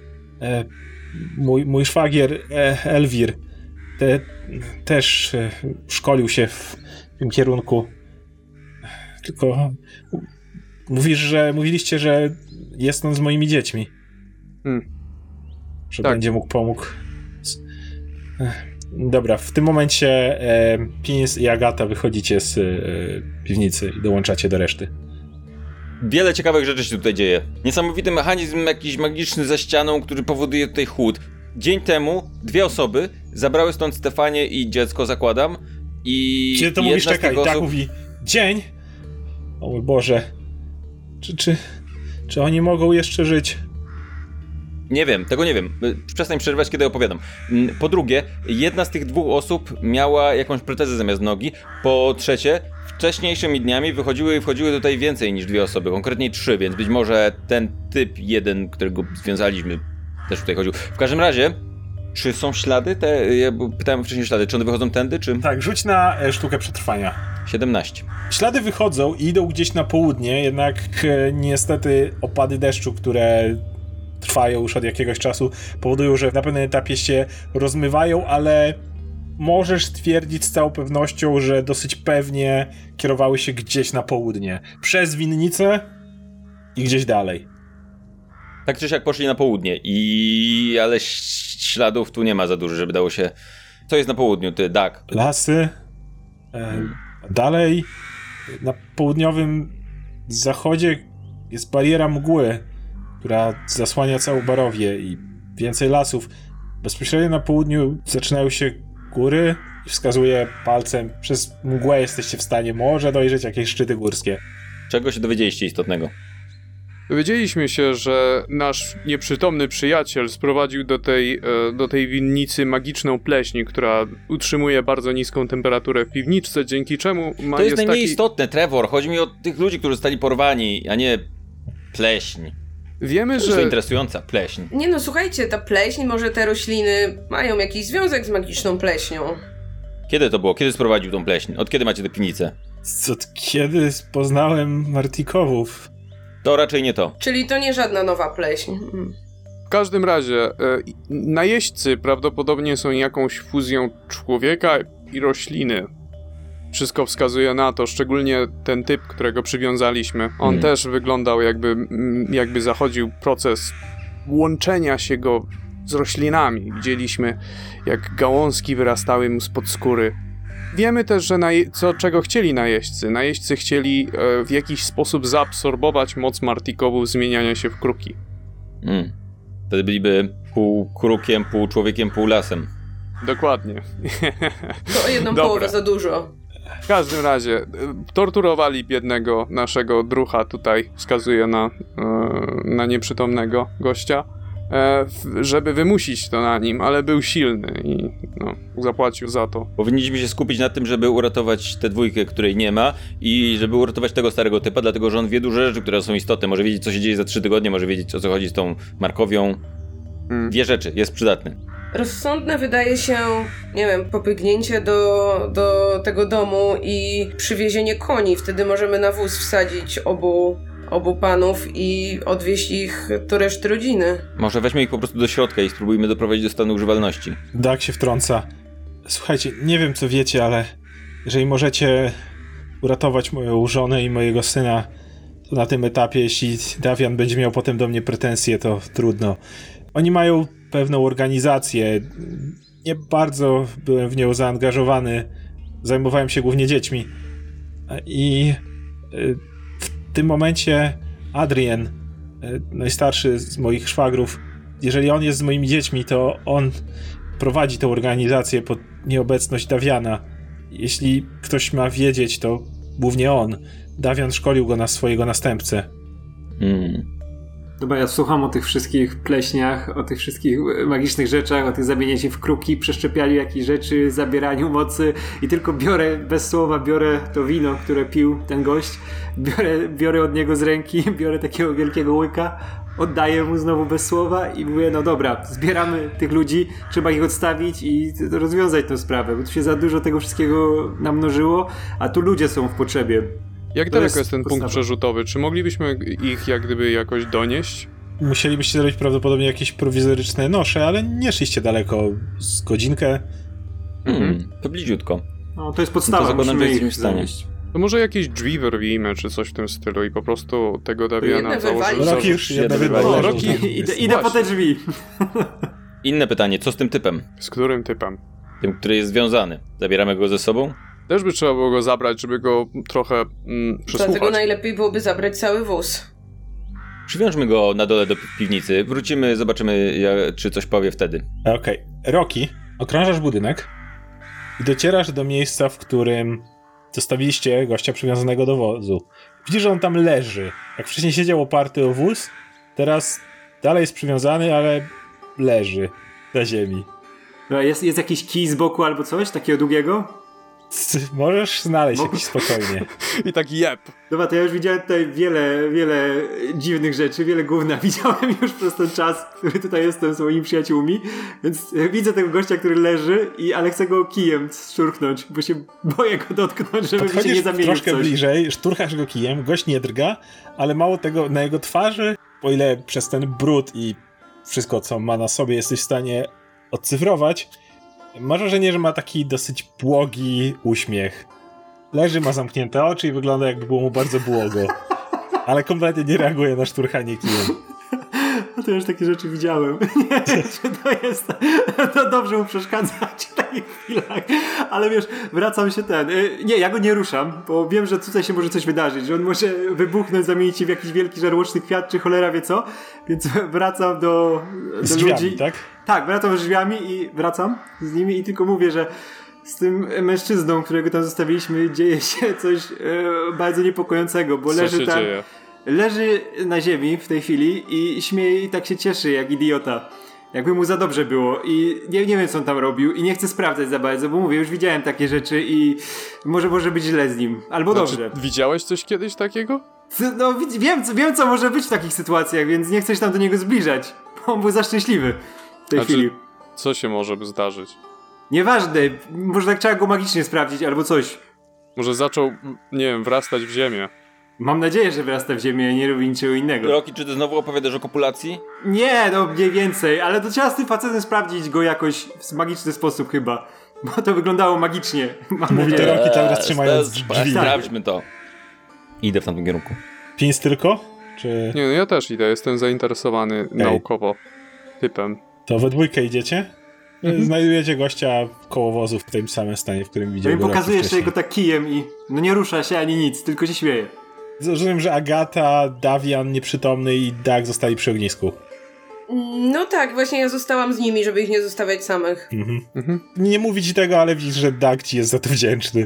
Mój szwagier Elwir też szkolił się w tym kierunku. Tylko mówiliście, że jest on z moimi dziećmi. że Tak. będzie mógł pomóc. Dobra, w tym momencie Pins i Agata wychodzicie z piwnicy i dołączacie do reszty. Wiele ciekawych rzeczy się tutaj dzieje. Niesamowity mechanizm jakiś magiczny za ścianą, który powoduje tutaj chłód. Dzień temu 2 osoby zabrały stąd Stefanię i dziecko, zakładam. I Kiedy to jedna mówisz, z tych czekaj, tak osób... mówi dzień? O mój Boże. Czy oni mogą jeszcze żyć? Nie wiem, tego nie wiem. Przestań przerywać, kiedy opowiadam. Po drugie, jedna z tych 2 osób miała jakąś protezę zamiast nogi. Po trzecie, wcześniejszymi dniami wchodziły tutaj więcej niż 2 osoby, konkretnie 3, więc być może ten typ jeden, którego związaliśmy, też tutaj chodził. W każdym razie, czy są ślady? Ja pytałem wcześniej ślady, czy one wychodzą tędy, czy... Tak, rzuć na sztukę przetrwania. 17. Ślady wychodzą i idą gdzieś na południe, jednak niestety opady deszczu, które trwają już od jakiegoś czasu, powodują, że na pewnym etapie się rozmywają, ale możesz stwierdzić z całą pewnością, że dosyć pewnie kierowały się gdzieś na południe. Przez winnicę i gdzieś dalej. Tak czy siak poszli na południe, ale śladów tu nie ma za dużo, żeby dało się... Co jest na południu, ty, Dak? Lasy. Dalej na południowym zachodzie jest bariera mgły, która zasłania całą Barowię i więcej lasów. Bezpośrednio na południu zaczynają się góry i wskazuje palcem. Przez mgłę jesteście w stanie może dojrzeć jakieś szczyty górskie. Czego się dowiedzieliście istotnego? Dowiedzieliśmy się, że nasz nieprzytomny przyjaciel sprowadził do tej winnicy magiczną pleśń, która utrzymuje bardzo niską temperaturę w piwniczce, dzięki czemu To jest najmniej istotne, Trevor. Chodzi mi o tych ludzi, którzy zostali porwani, a nie pleśń. Wiemy, To jest że... interesująca pleśń. Nie no, słuchajcie, ta pleśń, może te rośliny mają jakiś związek z magiczną pleśnią. Kiedy to było? Kiedy sprowadził tą pleśń? Od kiedy macie tę piwnicę? Od kiedy poznałem Martikowów? To raczej nie to. Czyli to nie żadna nowa pleśń. W każdym razie, najeźdźcy prawdopodobnie są jakąś fuzją człowieka i rośliny. Wszystko wskazuje na to, szczególnie ten typ, którego przywiązaliśmy. On też wyglądał jakby zachodził proces łączenia się go z roślinami. Widzieliśmy, jak gałązki wyrastały mu spod skóry. Wiemy też, że czego chcieli najeźdźcy. Najeźdźcy chcieli w jakiś sposób zaabsorbować moc Martikowów zmieniania się w kruki. Wtedy byliby pół krukiem, pół człowiekiem, pół lasem. Dokładnie. To o jedną połowę za dużo. W każdym razie torturowali biednego naszego drucha, tutaj wskazuje na nieprzytomnego gościa, żeby wymusić to na nim, ale był silny i zapłacił za to. Powinniśmy się skupić na tym, żeby uratować tę 2, której nie ma i żeby uratować tego starego typa, dlatego że on wie dużo rzeczy, które są istotne. Może wiedzieć, co się dzieje za 3 tygodnie, może wiedzieć, o co chodzi z tą Markowią. Wie rzeczy, jest przydatny. Rozsądne wydaje się, nie wiem, popygnięcie do tego domu i przywiezienie koni. Wtedy możemy na wóz wsadzić obu panów i odwieźć ich do reszty rodziny. Może weźmy ich po prostu do środka i spróbujmy doprowadzić do stanu używalności. Dak się wtrąca. Słuchajcie, nie wiem co wiecie, ale jeżeli możecie uratować moją żonę i mojego syna, to na tym etapie, jeśli Dawian będzie miał potem do mnie pretensje, to trudno. Oni mają pewną organizację. Nie bardzo byłem w nią zaangażowany. Zajmowałem się głównie dziećmi. I w tym momencie Adrien, najstarszy z moich szwagrów, jeżeli on jest z moimi dziećmi, to on prowadzi tę organizację pod nieobecność Dawiana. Jeśli ktoś ma wiedzieć, to głównie on. Dawian szkolił go na swojego następcę. Dobra, ja słucham o tych wszystkich pleśniach, o tych wszystkich magicznych rzeczach, o tych zamienianiu się w kruki, przeszczepianiu jakichś rzeczy, zabieraniu mocy i tylko bez słowa biorę to wino, które pił ten gość, biorę od niego z ręki, biorę takiego wielkiego łyka, oddaję mu znowu bez słowa i mówię, no dobra, zbieramy tych ludzi, trzeba ich odstawić i rozwiązać tę sprawę, bo tu się za dużo tego wszystkiego namnożyło, a tu ludzie są w potrzebie. Jak daleko jest ten punkt przerzutowy? Czy moglibyśmy ich jak gdyby jakoś donieść? Musielibyście zrobić prawdopodobnie jakieś prowizoryczne nosze, ale nie szliście daleko. Z godzinkę. To bliziutko. No, to jest podstawa, to musimy ich w stanie. zanieść. To może jakieś drzwi wyrwijmy, czy coś w tym stylu i po prostu tego Dawiana Jedne założyć. wywalić. Rocky już jedno wywalił. Rocky. Idę po te drzwi. Inne pytanie, co z tym typem? Z którym typem? Tym, który jest związany. Zabieramy go ze sobą? Też by trzeba było go zabrać, żeby go trochę przesłuchać. Dlatego najlepiej byłoby zabrać cały wóz. Przywiążmy go na dole do piwnicy, wrócimy, zobaczymy, czy coś powie wtedy. Okej. Rocky, okrążasz budynek i docierasz do miejsca, w którym zostawiliście gościa przywiązanego do wozu. Widzisz, że on tam leży. Jak wcześniej siedział oparty o wóz, teraz dalej jest przywiązany, ale leży na ziemi. Jest jakiś kij z boku albo coś takiego długiego? Możesz znaleźć jakiś spokojnie. I tak jeb. Dobra, to ja już widziałem tutaj wiele dziwnych rzeczy, wiele gówna widziałem już przez ten czas, który tutaj jestem z moimi przyjaciółmi, więc widzę tego gościa, który leży, ale chcę go kijem szturchnąć, bo się boję go dotknąć, żeby mi się nie zamienił troszkę w coś. bliżej, szturchasz go kijem, gość nie drga, ale mało tego, na jego twarzy, o ile przez ten brud i wszystko, co ma na sobie, jesteś w stanie odcyfrować, masz wrażenie, że ma taki dosyć błogi uśmiech. Leży, ma zamknięte oczy i wygląda, jakby było mu bardzo błogo. Ale kompletnie nie reaguje na szturchanie kijem. No to już takie rzeczy widziałem. Nie wiem, czy to jest... To dobrze mu przeszkadzać w takich chwilach. Ale wiesz, wracam się Nie, ja go nie ruszam, bo wiem, że tutaj się może coś wydarzyć, że on może wybuchnąć, zamienić się w jakiś wielki żarłoczny kwiat, czy cholera wie co. Więc wracam do drzwiami, ludzi. tak? Tak, wracam z drzwiami i wracam z nimi i tylko mówię, że z tym mężczyzną, którego tam zostawiliśmy, dzieje się coś bardzo niepokojącego, bo Co leży się tam... dzieje? Leży na ziemi w tej chwili i śmieje i tak się cieszy jak idiota. Jakby mu za dobrze było i nie wiem co on tam robił i nie chcę sprawdzać za bardzo, bo mówię, już widziałem takie rzeczy i może być źle z nim. Albo dobrze. Widziałeś coś kiedyś takiego? No wiem co może być w takich sytuacjach, więc nie chcę się tam do niego zbliżać. Bo on był za szczęśliwy w tej chwili. Co się może zdarzyć? Nieważne, może tak trzeba go magicznie sprawdzić albo coś. Może zaczął, nie wiem, wrastać w ziemię. Mam nadzieję, że wyrasta w ziemię i nie robi niczego innego. Rocky, czy ty znowu opowiadasz o kopulacji? Nie, no mniej więcej, ale to trzeba z tym facetem sprawdzić go jakoś w magiczny sposób chyba. Bo to wyglądało magicznie. Mam Mówi to nadzieję. Rocky cały czas trzymając drzwi. Sprawdźmy to. Idę w tamtym kierunku. Pins tylko? Czy Nie, no ja też idę, jestem zainteresowany naukowo typem. to we dwójkę idziecie? Znajdujecie gościa koło wozu w tym samym stanie, w którym No widział i go Rocky pokazuje jeszcze wcześniej. jego tak kijem i no nie rusza się ani nic, tylko się śmieje. Rozumiem, że Agata, Dawian nieprzytomny i Doug zostali przy ognisku. No tak, właśnie ja zostałam z nimi, żeby ich nie zostawiać samych. Nie mówi ci tego, ale widzisz, że Doug ci jest za to wdzięczny.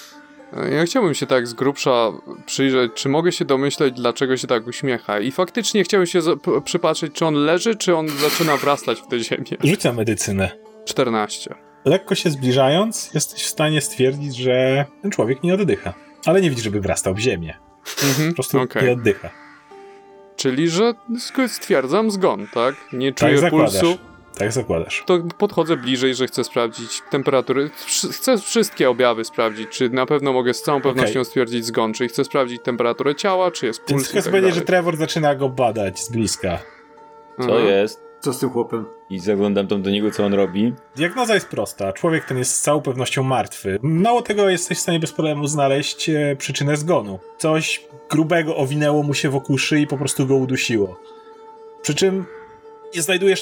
Ja chciałbym się tak z grubsza przyjrzeć, czy mogę się domyśleć, dlaczego się tak uśmiecha. I faktycznie chciałbym się przypatrzeć, czy on leży, czy on zaczyna wrastać w tę ziemię. Rzuć na medycynę. 14. Lekko się zbliżając, jesteś w stanie stwierdzić, że ten człowiek nie oddycha. Ale nie widzisz, żeby wrastał w ziemię. Po prostu okej. nie oddycha. Czyli, że stwierdzam zgon, tak? Nie Tak czuję zakładasz. pulsu. Tak zakładasz. To podchodzę bliżej, że chcę sprawdzić temperaturę. Chcę wszystkie objawy sprawdzić, czy na pewno mogę z całą pewnością stwierdzić zgon, czyli chcę sprawdzić temperaturę ciała, czy jest puls Więc i chcę tak powiedzieć, że dalej. Trevor zaczyna go badać z bliska. Co jest? Co z tym chłopem? I zaglądam tam do niego, co on robi. Diagnoza jest prosta. Człowiek ten jest z całą pewnością martwy. Mało tego, jesteś w stanie bez problemu znaleźć przyczynę zgonu. Coś grubego owinęło mu się wokół szyi i po prostu go udusiło. Przy czym nie znajdujesz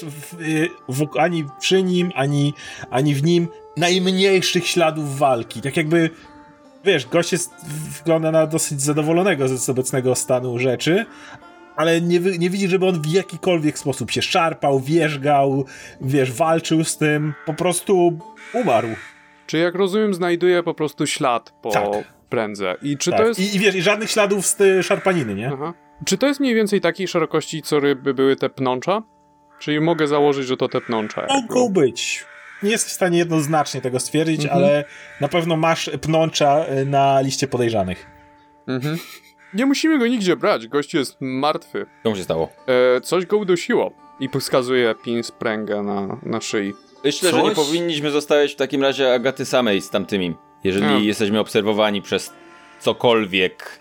ani przy nim, ani w nim najmniejszych śladów walki. Tak jakby, wiesz, gość wygląda na dosyć zadowolonego z obecnego stanu rzeczy, ale nie widzi, żeby on w jakikolwiek sposób się szarpał, wierzgał, wiesz, walczył z tym. Po prostu umarł. Czy jak rozumiem, znajduje po prostu ślad po Tak. prędze. I czy Tak. to jest... I wiesz, i żadnych śladów z tej szarpaniny, nie? Aha. Czy to jest mniej więcej takiej szerokości, co ryby były te pnącza? Czyli mogę założyć, że to te pnącza. Mogą być. Nie jesteś w stanie jednoznacznie tego stwierdzić, ale na pewno masz pnącza na liście podejrzanych. Mhm. Nie musimy go nigdzie brać, gość jest martwy. Co mu się stało? Coś go udusiło. I wskazuje pin spręgę na szyi. Myślę, że nie Coś? powinniśmy zostawiać w takim razie Agaty samej z tamtymi. Jeżeli No. jesteśmy obserwowani przez cokolwiek.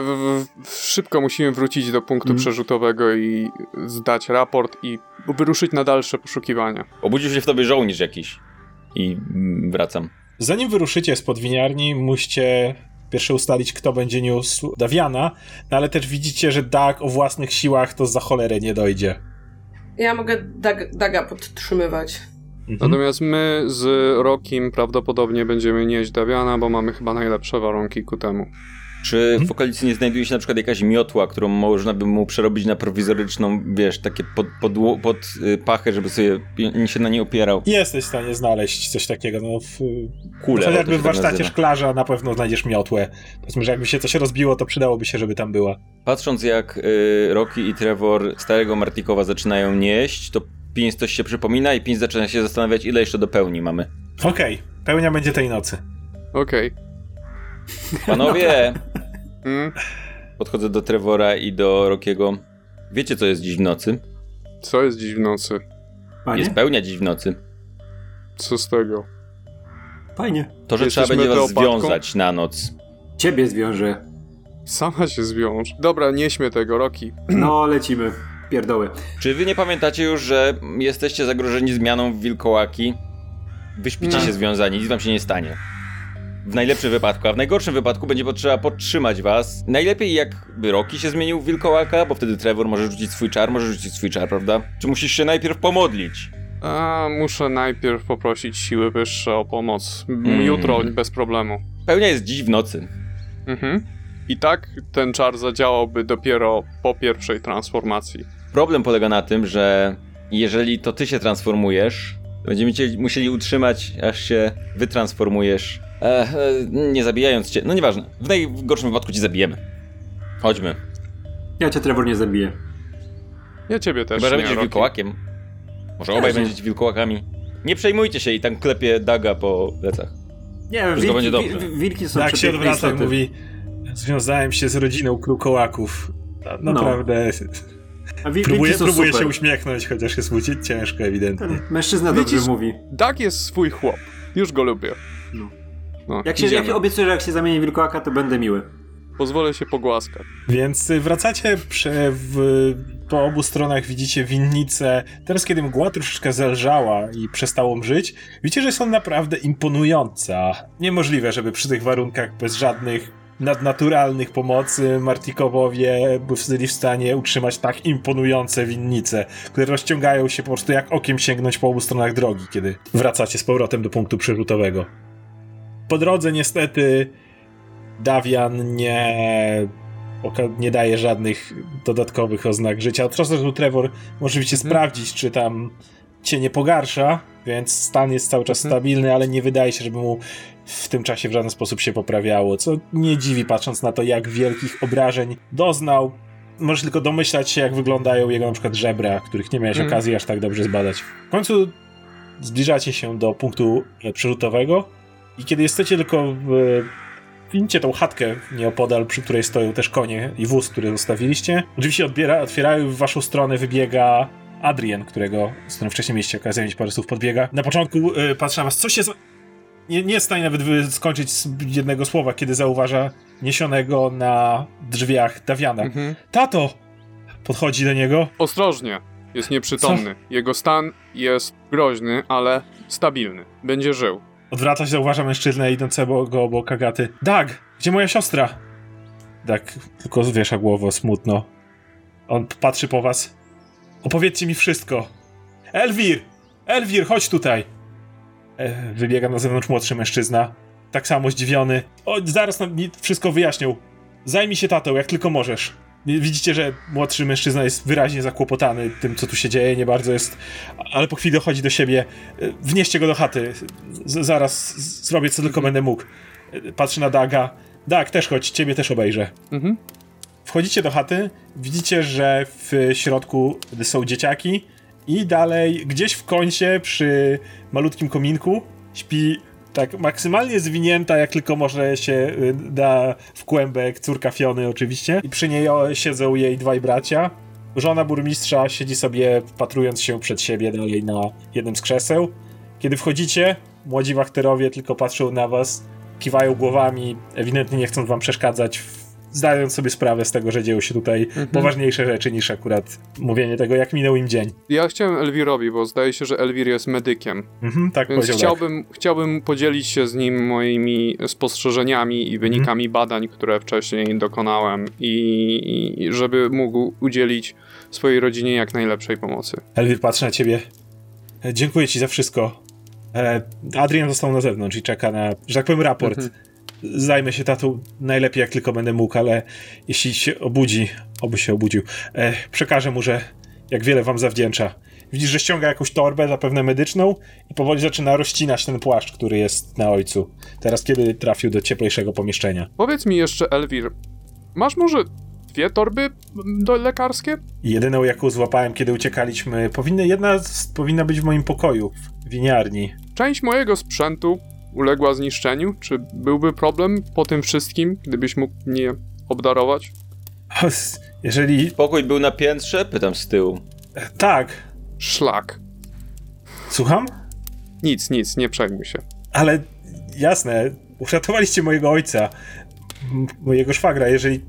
Szybko musimy wrócić do punktu przerzutowego i zdać raport i wyruszyć na dalsze poszukiwania. Obudził się w tobie żołnierz jakiś. I wracam. Zanim wyruszycie spod winiarni, musicie pierwsze ustalić, kto będzie niósł Dawiana, no ale też widzicie, że Doug o własnych siłach to za cholerę nie dojdzie. Ja mogę Daga podtrzymywać. Natomiast my z Rokim prawdopodobnie będziemy nieść Dawiana, bo mamy chyba najlepsze warunki ku temu. Czy w okolicy nie znajduje się na przykład jakaś miotła, którą można by mu przerobić na prowizoryczną, wiesz, takie pod pachę, żeby sobie się na nie opierał? Jesteś w stanie znaleźć coś takiego, Kule, to jakby się w tak warsztacie nazywa. szklarza na pewno znajdziesz miotłę. Powiedzmy, że jakby się coś rozbiło, to przydałoby się, żeby tam była. Patrząc jak Rocky i Trevor starego Martikowa zaczynają nieść, to Pięć coś się przypomina i Pięć zaczyna się zastanawiać, ile jeszcze do pełni mamy. Okej, pełnia będzie tej nocy. Okej. Panowie! Podchodzę do Trevora i do Rockiego. Wiecie, co jest dziś w nocy? Co jest dziś w nocy? Fajnie? Jest pełnia dziś w nocy. Co z tego? Fajnie. To, że Jesteśmy trzeba będzie was teopatką? związać na noc. Ciebie zwiążę. Sama się zwiąż. Dobra, nie śmiej tego, Rocky. No, lecimy. Pierdoły. Czy wy nie pamiętacie już, że jesteście zagrożeni zmianą w wilkołaki? Wyśpicie się związani, nic wam się nie stanie. W najlepszym wypadku, a w najgorszym wypadku będzie potrzeba podtrzymać was. Najlepiej jakby Rocky się zmienił w wilkołaka, bo wtedy Trevor może rzucić swój czar, prawda? Czy musisz się najpierw pomodlić? Muszę najpierw poprosić siły wyższe o pomoc. Jutro bez problemu. Pełnia jest dziś w nocy. I tak ten czar zadziałałby dopiero po pierwszej transformacji. Problem polega na tym, że jeżeli to ty się transformujesz, to będziemy cię musieli utrzymać, aż się wytransformujesz. Nie zabijając cię. No nieważne. W najgorszym wypadku cię zabijemy. Chodźmy. Ja cię, Trevor, nie zabiję. Ja ciebie też Chyba, że nie, będziesz Rocky. wilkołakiem. Może obaj będziecie wilkołakami. Nie przejmujcie się i tam klepie Daga po plecach. Nie wiem, Wszystko będzie dobrze. wilki są Tak się przepiękne odwraca i istoty. mówi: związałem się z rodziną krukołaków. Naprawdę. A wilki są Próbuję super. się uśmiechnąć, chociaż jest mu ciężko ewidentnie. Mężczyzna Widzisz? dobrze mówi. Doug jest swój chłop. Już go lubię. No, Jak idziemy. obiecuję, że jak się zamieni w wilkołaka, to będę miły. Pozwolę się pogłaskać. Więc wracacie po obu stronach, widzicie winnicę. Teraz, kiedy mgła troszeczkę zelżała i przestało mrzyć, widzicie, że są naprawdę imponujące. Niemożliwe, żeby przy tych warunkach bez żadnych nadnaturalnych pomocy Martikowowie byli w stanie utrzymać tak imponujące winnice, które rozciągają się po prostu jak okiem sięgnąć po obu stronach drogi, kiedy wracacie z powrotem do punktu przerzutowego. Po drodze niestety Dawian nie daje żadnych dodatkowych oznak życia. Od czasu Trevor może oczywiście sprawdzić, czy tam cię nie pogarsza, więc stan jest cały czas stabilny, ale nie wydaje się, żeby mu w tym czasie w żaden sposób się poprawiało, co nie dziwi, patrząc na to, jak wielkich obrażeń doznał. Możesz tylko domyślać się, jak wyglądają jego na przykład żebra, których nie miałeś okazji aż tak dobrze zbadać. W końcu zbliżacie się do punktu przerzutowego i kiedy jesteście tylko widzicie tą chatkę nieopodal, przy której stoją też konie i wóz, który zostawiliście. Oczywiście otwierają i w waszą stronę wybiega Adrian, z którym wcześniej mieliście okazję mieć parę słów, podbiega. Na początku patrzy na was, co się nie jest w stanie nawet skończyć jednego słowa, kiedy zauważa niesionego na drzwiach Dawiana. Tato! Podchodzi do niego. Ostrożnie. Jest nieprzytomny. Jego stan jest groźny, ale stabilny. Będzie żył. Odwraca się, zauważa mężczyznę idącego obok Agaty. Doug! Gdzie moja siostra? Doug tylko zwiesza głowę smutno. On patrzy po was. Opowiedzcie mi wszystko. Elwir! Elwir, chodź tutaj! Wybiega na zewnątrz młodszy mężczyzna. Tak samo zdziwiony. Zaraz nam wszystko wyjaśnią. Zajmij się tatą, jak tylko możesz. Widzicie, że młodszy mężczyzna jest wyraźnie zakłopotany tym, co tu się dzieje, nie bardzo jest, ale po chwili dochodzi do siebie. Wnieście go do chaty. Zaraz zrobię, co tylko będę mógł. Patrzy na Daga. Dag, też chodź, ciebie też obejrzę. Wchodzicie do chaty, widzicie, że w środku są dzieciaki i dalej, gdzieś w kącie przy malutkim kominku śpi tak maksymalnie zwinięta, jak tylko może się da w kłębek, córka Fiony oczywiście. I przy niej siedzą jej dwaj bracia. Żona burmistrza siedzi sobie, wpatrując się przed siebie dalej na jednym z krzeseł. Kiedy wchodzicie, młodzi wachterowie tylko patrzą na was, kiwają głowami, ewidentnie nie chcąc wam przeszkadzać w zdając sobie sprawę z tego, że dzieją się tutaj poważniejsze rzeczy niż akurat mówienie tego, jak minął im dzień. Ja chciałem Elwirowi, bo zdaje się, że Elwir jest medykiem. Tak Więc powiedział. chciałbym podzielić się z nim moimi spostrzeżeniami i wynikami badań, które wcześniej dokonałem i żeby mógł udzielić swojej rodzinie jak najlepszej pomocy. Elwir patrzy na ciebie. Dziękuję ci za wszystko. Adrian został na zewnątrz i czeka na, że tak powiem, raport. Zajmę się tatą najlepiej jak tylko będę mógł, ale jeśli się obudzi, oby się obudził, przekażę mu, że jak wiele wam zawdzięcza. Widzisz, że ściąga jakąś torbę, zapewne medyczną i powoli zaczyna rozcinać ten płaszcz, który jest na ojcu. Teraz, kiedy trafił do cieplejszego pomieszczenia. Powiedz mi jeszcze, Elwir, masz może 2 torby lekarskie? Jedyną, jaką złapałem, kiedy uciekaliśmy, powinna być w moim pokoju, w winiarni. Część mojego sprzętu uległa zniszczeniu. Czy byłby problem po tym wszystkim, gdybyś mógł mnie obdarować? Jeżeli... Pokój był na piętrze? Pytam z tyłu. Tak. Szlak. Słucham? Nic, nie przejmuj się. Ale jasne, uratowaliście mojego ojca, mojego szwagra, jeżeli...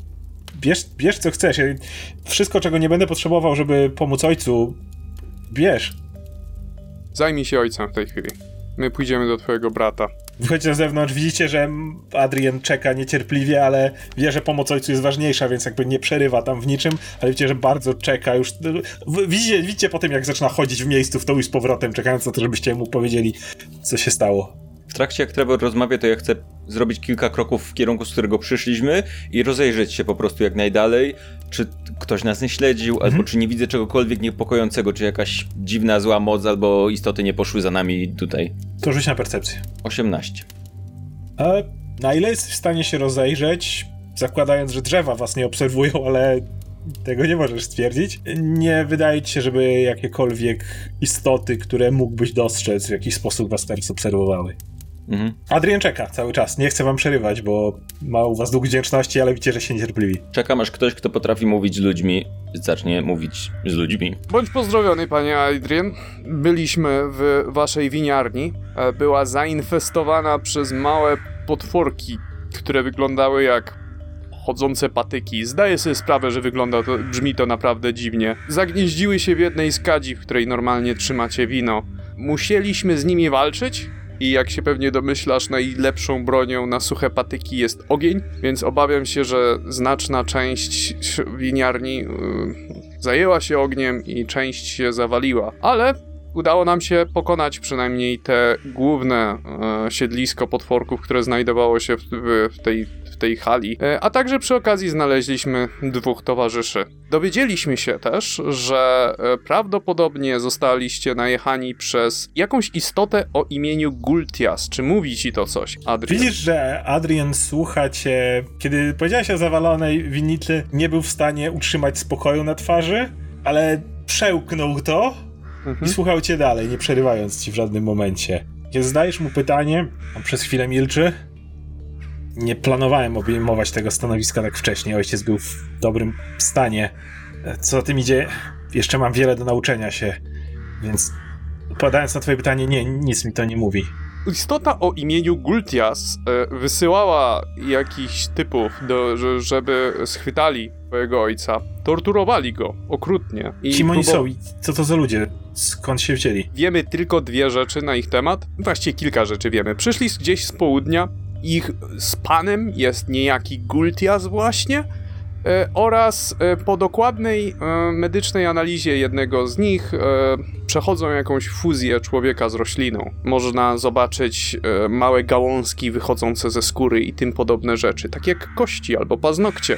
Bierz co chcesz. Wszystko, czego nie będę potrzebował, żeby pomóc ojcu, bierz. Zajmij się ojcem w tej chwili. My pójdziemy do twojego brata. Wychodźcie na zewnątrz, widzicie, że Adrian czeka niecierpliwie, ale wie, że pomoc ojcu jest ważniejsza, więc jakby nie przerywa tam w niczym, ale widzicie, że bardzo czeka już. Widzicie po tym, jak zaczyna chodzić w miejscu w to i z powrotem, czekając na to, żebyście mu powiedzieli, co się stało. W trakcie jak Trevor rozmawia, to ja chcę zrobić kilka kroków w kierunku, z którego przyszliśmy i rozejrzeć się po prostu jak najdalej, czy ktoś nas nie śledził, albo czy nie widzę czegokolwiek niepokojącego, czy jakaś dziwna, zła moc, albo istoty nie poszły za nami tutaj. To rzuć na percepcję. 18. A na ile jest w stanie się rozejrzeć, zakładając, że drzewa was nie obserwują, ale tego nie możesz stwierdzić, nie wydaje ci się, żeby jakiekolwiek istoty, które mógłbyś dostrzec, w jakiś sposób was teraz obserwowały. Adrian czeka cały czas, nie chce wam przerywać, bo ma u was dług wdzięczności, ale widzicie, że się niecierpliwi. Czekam, aż ktoś, kto potrafi mówić z ludźmi, zacznie mówić z ludźmi. Bądź pozdrowiony, panie Adrian. Byliśmy w waszej winiarni. Była zainfestowana przez małe potworki, które wyglądały jak chodzące patyki. Zdaję sobie sprawę, że brzmi to naprawdę dziwnie. Zagnieździły się w jednej z kadzi, w której normalnie trzymacie wino. Musieliśmy z nimi walczyć i jak się pewnie domyślasz, najlepszą bronią na suche patyki jest ogień, więc obawiam się, że znaczna część winiarni zajęła się ogniem i część się zawaliła. Ale udało nam się pokonać przynajmniej te główne siedlisko potworków, które znajdowało się w tej hali, a także przy okazji znaleźliśmy 2 towarzyszy. Dowiedzieliśmy się też, że prawdopodobnie zostaliście najechani przez jakąś istotę o imieniu Gultias. Czy mówi ci to coś, Adrian? Widzisz, że Adrian słucha cię, kiedy powiedziałeś o zawalonej winnicy, nie był w stanie utrzymać spokoju na twarzy, ale przełknął to i słuchał cię dalej, nie przerywając ci w żadnym momencie. Kiedy zadajesz mu pytanie, on przez chwilę milczy. Nie planowałem obejmować tego stanowiska tak wcześniej. Ojciec był w dobrym stanie. Co za tym idzie, jeszcze mam wiele do nauczenia się, więc odpowiadając na twoje pytanie, nie, nic mi to nie mówi. Istota o imieniu Gultias wysyłała jakichś typów, żeby schwytali twojego ojca. Torturowali go okrutnie. Kim oni są i co to za ludzie? Skąd się wzięli? Wiemy tylko 2 rzeczy na ich temat. Właściwie kilka rzeczy wiemy. Przyszli gdzieś z południa. Ich z panem jest niejaki Gultias właśnie oraz po dokładnej medycznej analizie jednego z nich przechodzą jakąś fuzję człowieka z rośliną. Można zobaczyć małe gałązki wychodzące ze skóry i tym podobne rzeczy, tak jak kości albo paznokcie.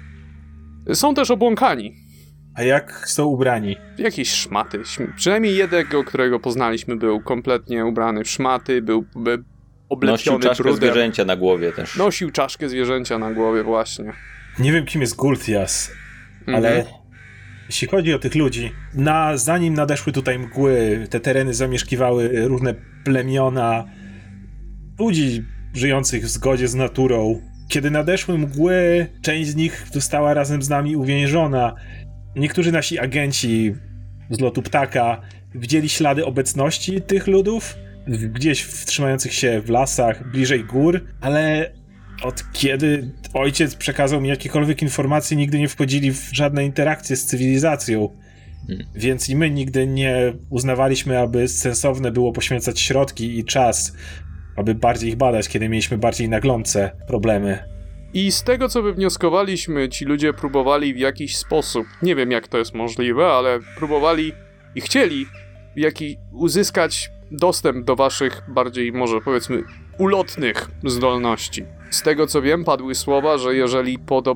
Są też obłąkani. A jak są ubrani? Jakieś szmaty. Przynajmniej jednego, którego poznaliśmy, był kompletnie ubrany w szmaty, był oblepiony brudem. Nosił czaszkę zwierzęcia na głowie też. Nosił czaszkę zwierzęcia na głowie, właśnie. Nie wiem, kim jest Gultias, ale jeśli chodzi o tych ludzi, zanim nadeszły tutaj mgły, te tereny zamieszkiwały różne plemiona ludzi żyjących w zgodzie z naturą. Kiedy nadeszły mgły, część z nich została razem z nami uwięziona. Niektórzy nasi agenci z lotu ptaka widzieli ślady obecności tych ludów, gdzieś trzymających się w lasach, bliżej gór, ale od kiedy ojciec przekazał mi jakiekolwiek informacje, nigdy nie wchodzili w żadne interakcje z cywilizacją. Więc i my nigdy nie uznawaliśmy, aby sensowne było poświęcać środki i czas, aby bardziej ich badać, kiedy mieliśmy bardziej naglące problemy. I z tego, co wywnioskowaliśmy, ci ludzie próbowali w jakiś sposób, nie wiem jak to jest możliwe, ale próbowali i chcieli uzyskać dostęp do waszych bardziej, może powiedzmy, ulotnych zdolności. Z tego, co wiem, padły słowa, że jeżeli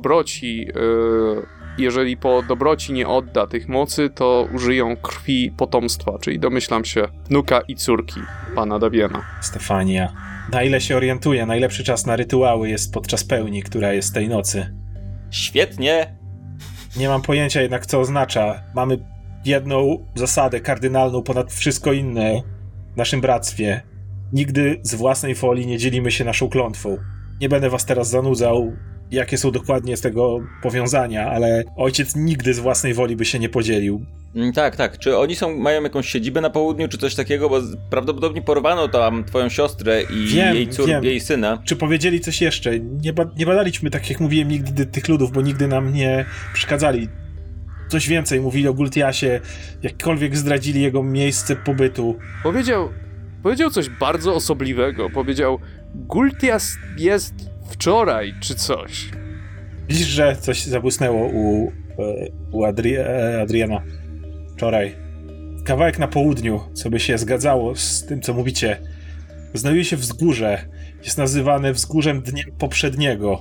po dobroci nie odda tych mocy, to użyją krwi potomstwa, czyli domyślam się wnuka i córki pana Dabiena. Stefania, na ile się orientuję, najlepszy czas na rytuały jest podczas pełni, która jest tej nocy. Świetnie! Nie mam pojęcia jednak, co oznacza. Mamy jedną zasadę kardynalną ponad wszystko inne w naszym bractwie. Nigdy z własnej woli nie dzielimy się naszą klątwą. Nie będę was teraz zanudzał, jakie są dokładnie z tego powiązania, ale ojciec nigdy z własnej woli by się nie podzielił. Tak. Czy oni mają jakąś siedzibę na południu, czy coś takiego? Bo prawdopodobnie porwano tam twoją siostrę i jej syna. Czy powiedzieli coś jeszcze? Nie badaliśmy, tak jak mówiłem, nigdy tych ludów, bo nigdy nam nie przeszkadzali. Coś więcej mówili o Gultiasie, jakkolwiek zdradzili jego miejsce pobytu. Powiedział coś bardzo osobliwego. Powiedział, Gultias jest wczoraj, czy coś. Widzisz, że coś zabłysnęło u Adriana wczoraj. Kawałek na południu, co by się zgadzało z tym, co mówicie. Znajduje się wzgórze. Jest nazywane wzgórzem dnia poprzedniego.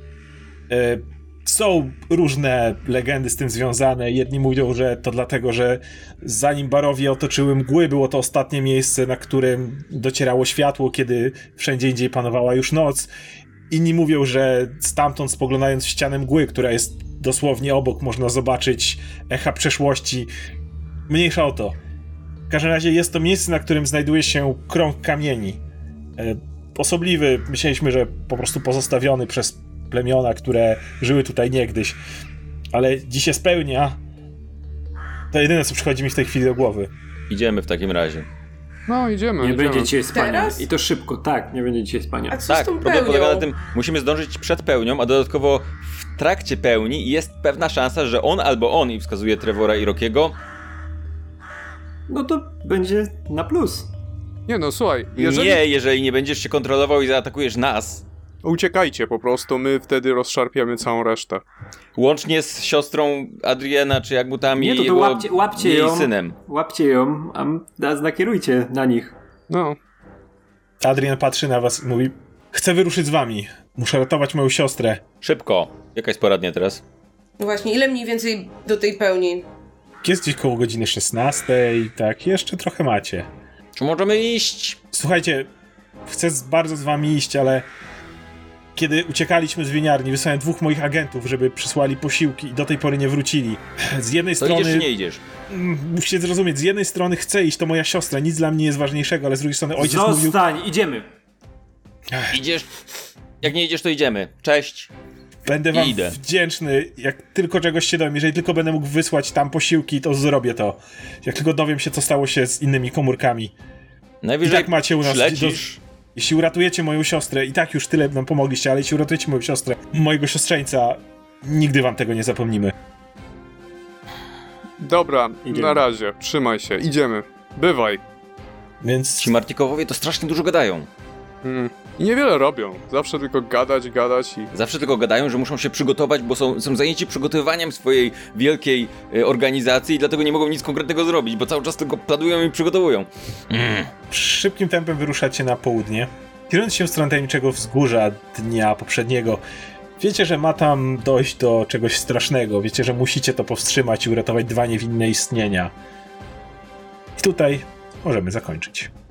Są różne legendy z tym związane. Jedni mówią, że to dlatego, że zanim barowie otoczyły mgły, było to ostatnie miejsce, na którym docierało światło, kiedy wszędzie indziej panowała już noc. Inni mówią, że stamtąd, spoglądając w ścianę mgły, która jest dosłownie obok, można zobaczyć echa przeszłości. Mniejsza o to. W każdym razie jest to miejsce, na którym znajduje się krąg kamieni. Osobliwy, myśleliśmy, że po prostu pozostawiony przez plemiona, które żyły tutaj niegdyś. Ale dziś się spełnia. To jedyne, co przychodzi mi w tej chwili do głowy. Idziemy w takim razie. No, idziemy. Nie będzie dzisiaj spania. Teraz? I to szybko, tak, nie będzie dzisiaj spania. A co Tak, z tą problem polega na pełnią? tym, musimy zdążyć przed pełnią, a dodatkowo w trakcie pełni jest pewna szansa, że on albo on, i wskazuje Trevora i Rockiego, No to będzie na plus. Nie no, słuchaj, jeżeli nie będziesz się kontrolował i zaatakujesz nas, uciekajcie po prostu, my wtedy rozszarpiemy całą resztę. łącznie z siostrą Adriana, czy jak mu tam Nie, i to jego łapcie jej ją, synem. łapcie ją, a nakierujcie na nich. No, Adrian patrzy na was i mówi: chcę wyruszyć z wami. Muszę ratować moją siostrę. Szybko. Jaka jest pora dnia teraz? No właśnie, ile mniej więcej do tej pełni? Jest gdzieś koło godziny 16, tak, jeszcze trochę macie. Czy możemy iść? Słuchajcie, chcę bardzo z wami iść, ale kiedy uciekaliśmy z winiarni, wysłałem 2 moich agentów, żeby przysłali posiłki i do tej pory nie wrócili. Z jednej To strony... idziesz czy nie idziesz? Musicie zrozumieć, z jednej strony chcę iść, to moja siostra, nic dla mnie nie jest ważniejszego, ale z drugiej strony ojciec mówił... Zostań, idziemy. Idziesz? Jak nie idziesz, to idziemy. Cześć. Będę wam Idę. wdzięczny, jak tylko czegoś się dowiem. Jeżeli tylko będę mógł wysłać tam posiłki, to zrobię to. Jak tylko dowiem się, co stało się z innymi komórkami. I Najwyżej tak macie u nas... przylecisz. Jeśli uratujecie moją siostrę, i tak już tyle nam pomogliście, ale jeśli uratujecie moją siostrę, mojego siostrzeńca, nigdy wam tego nie zapomnimy. dobra, Idziemy. na razie, trzymaj się, idziemy, bywaj. Więc Ci Martikowowie to strasznie dużo gadają. I niewiele robią, zawsze tylko gadać i... Zawsze tylko gadają, że muszą się przygotować, bo są zajęci przygotowywaniem swojej wielkiej organizacji i dlatego nie mogą nic konkretnego zrobić, bo cały czas tylko planują i przygotowują. szybkim tempem wyruszacie na południe, kierując się w stronę tajemniczego wzgórza dnia poprzedniego. Wiecie, że ma tam dojść do czegoś strasznego, wiecie, że musicie to powstrzymać i uratować 2 niewinne istnienia. I tutaj możemy zakończyć.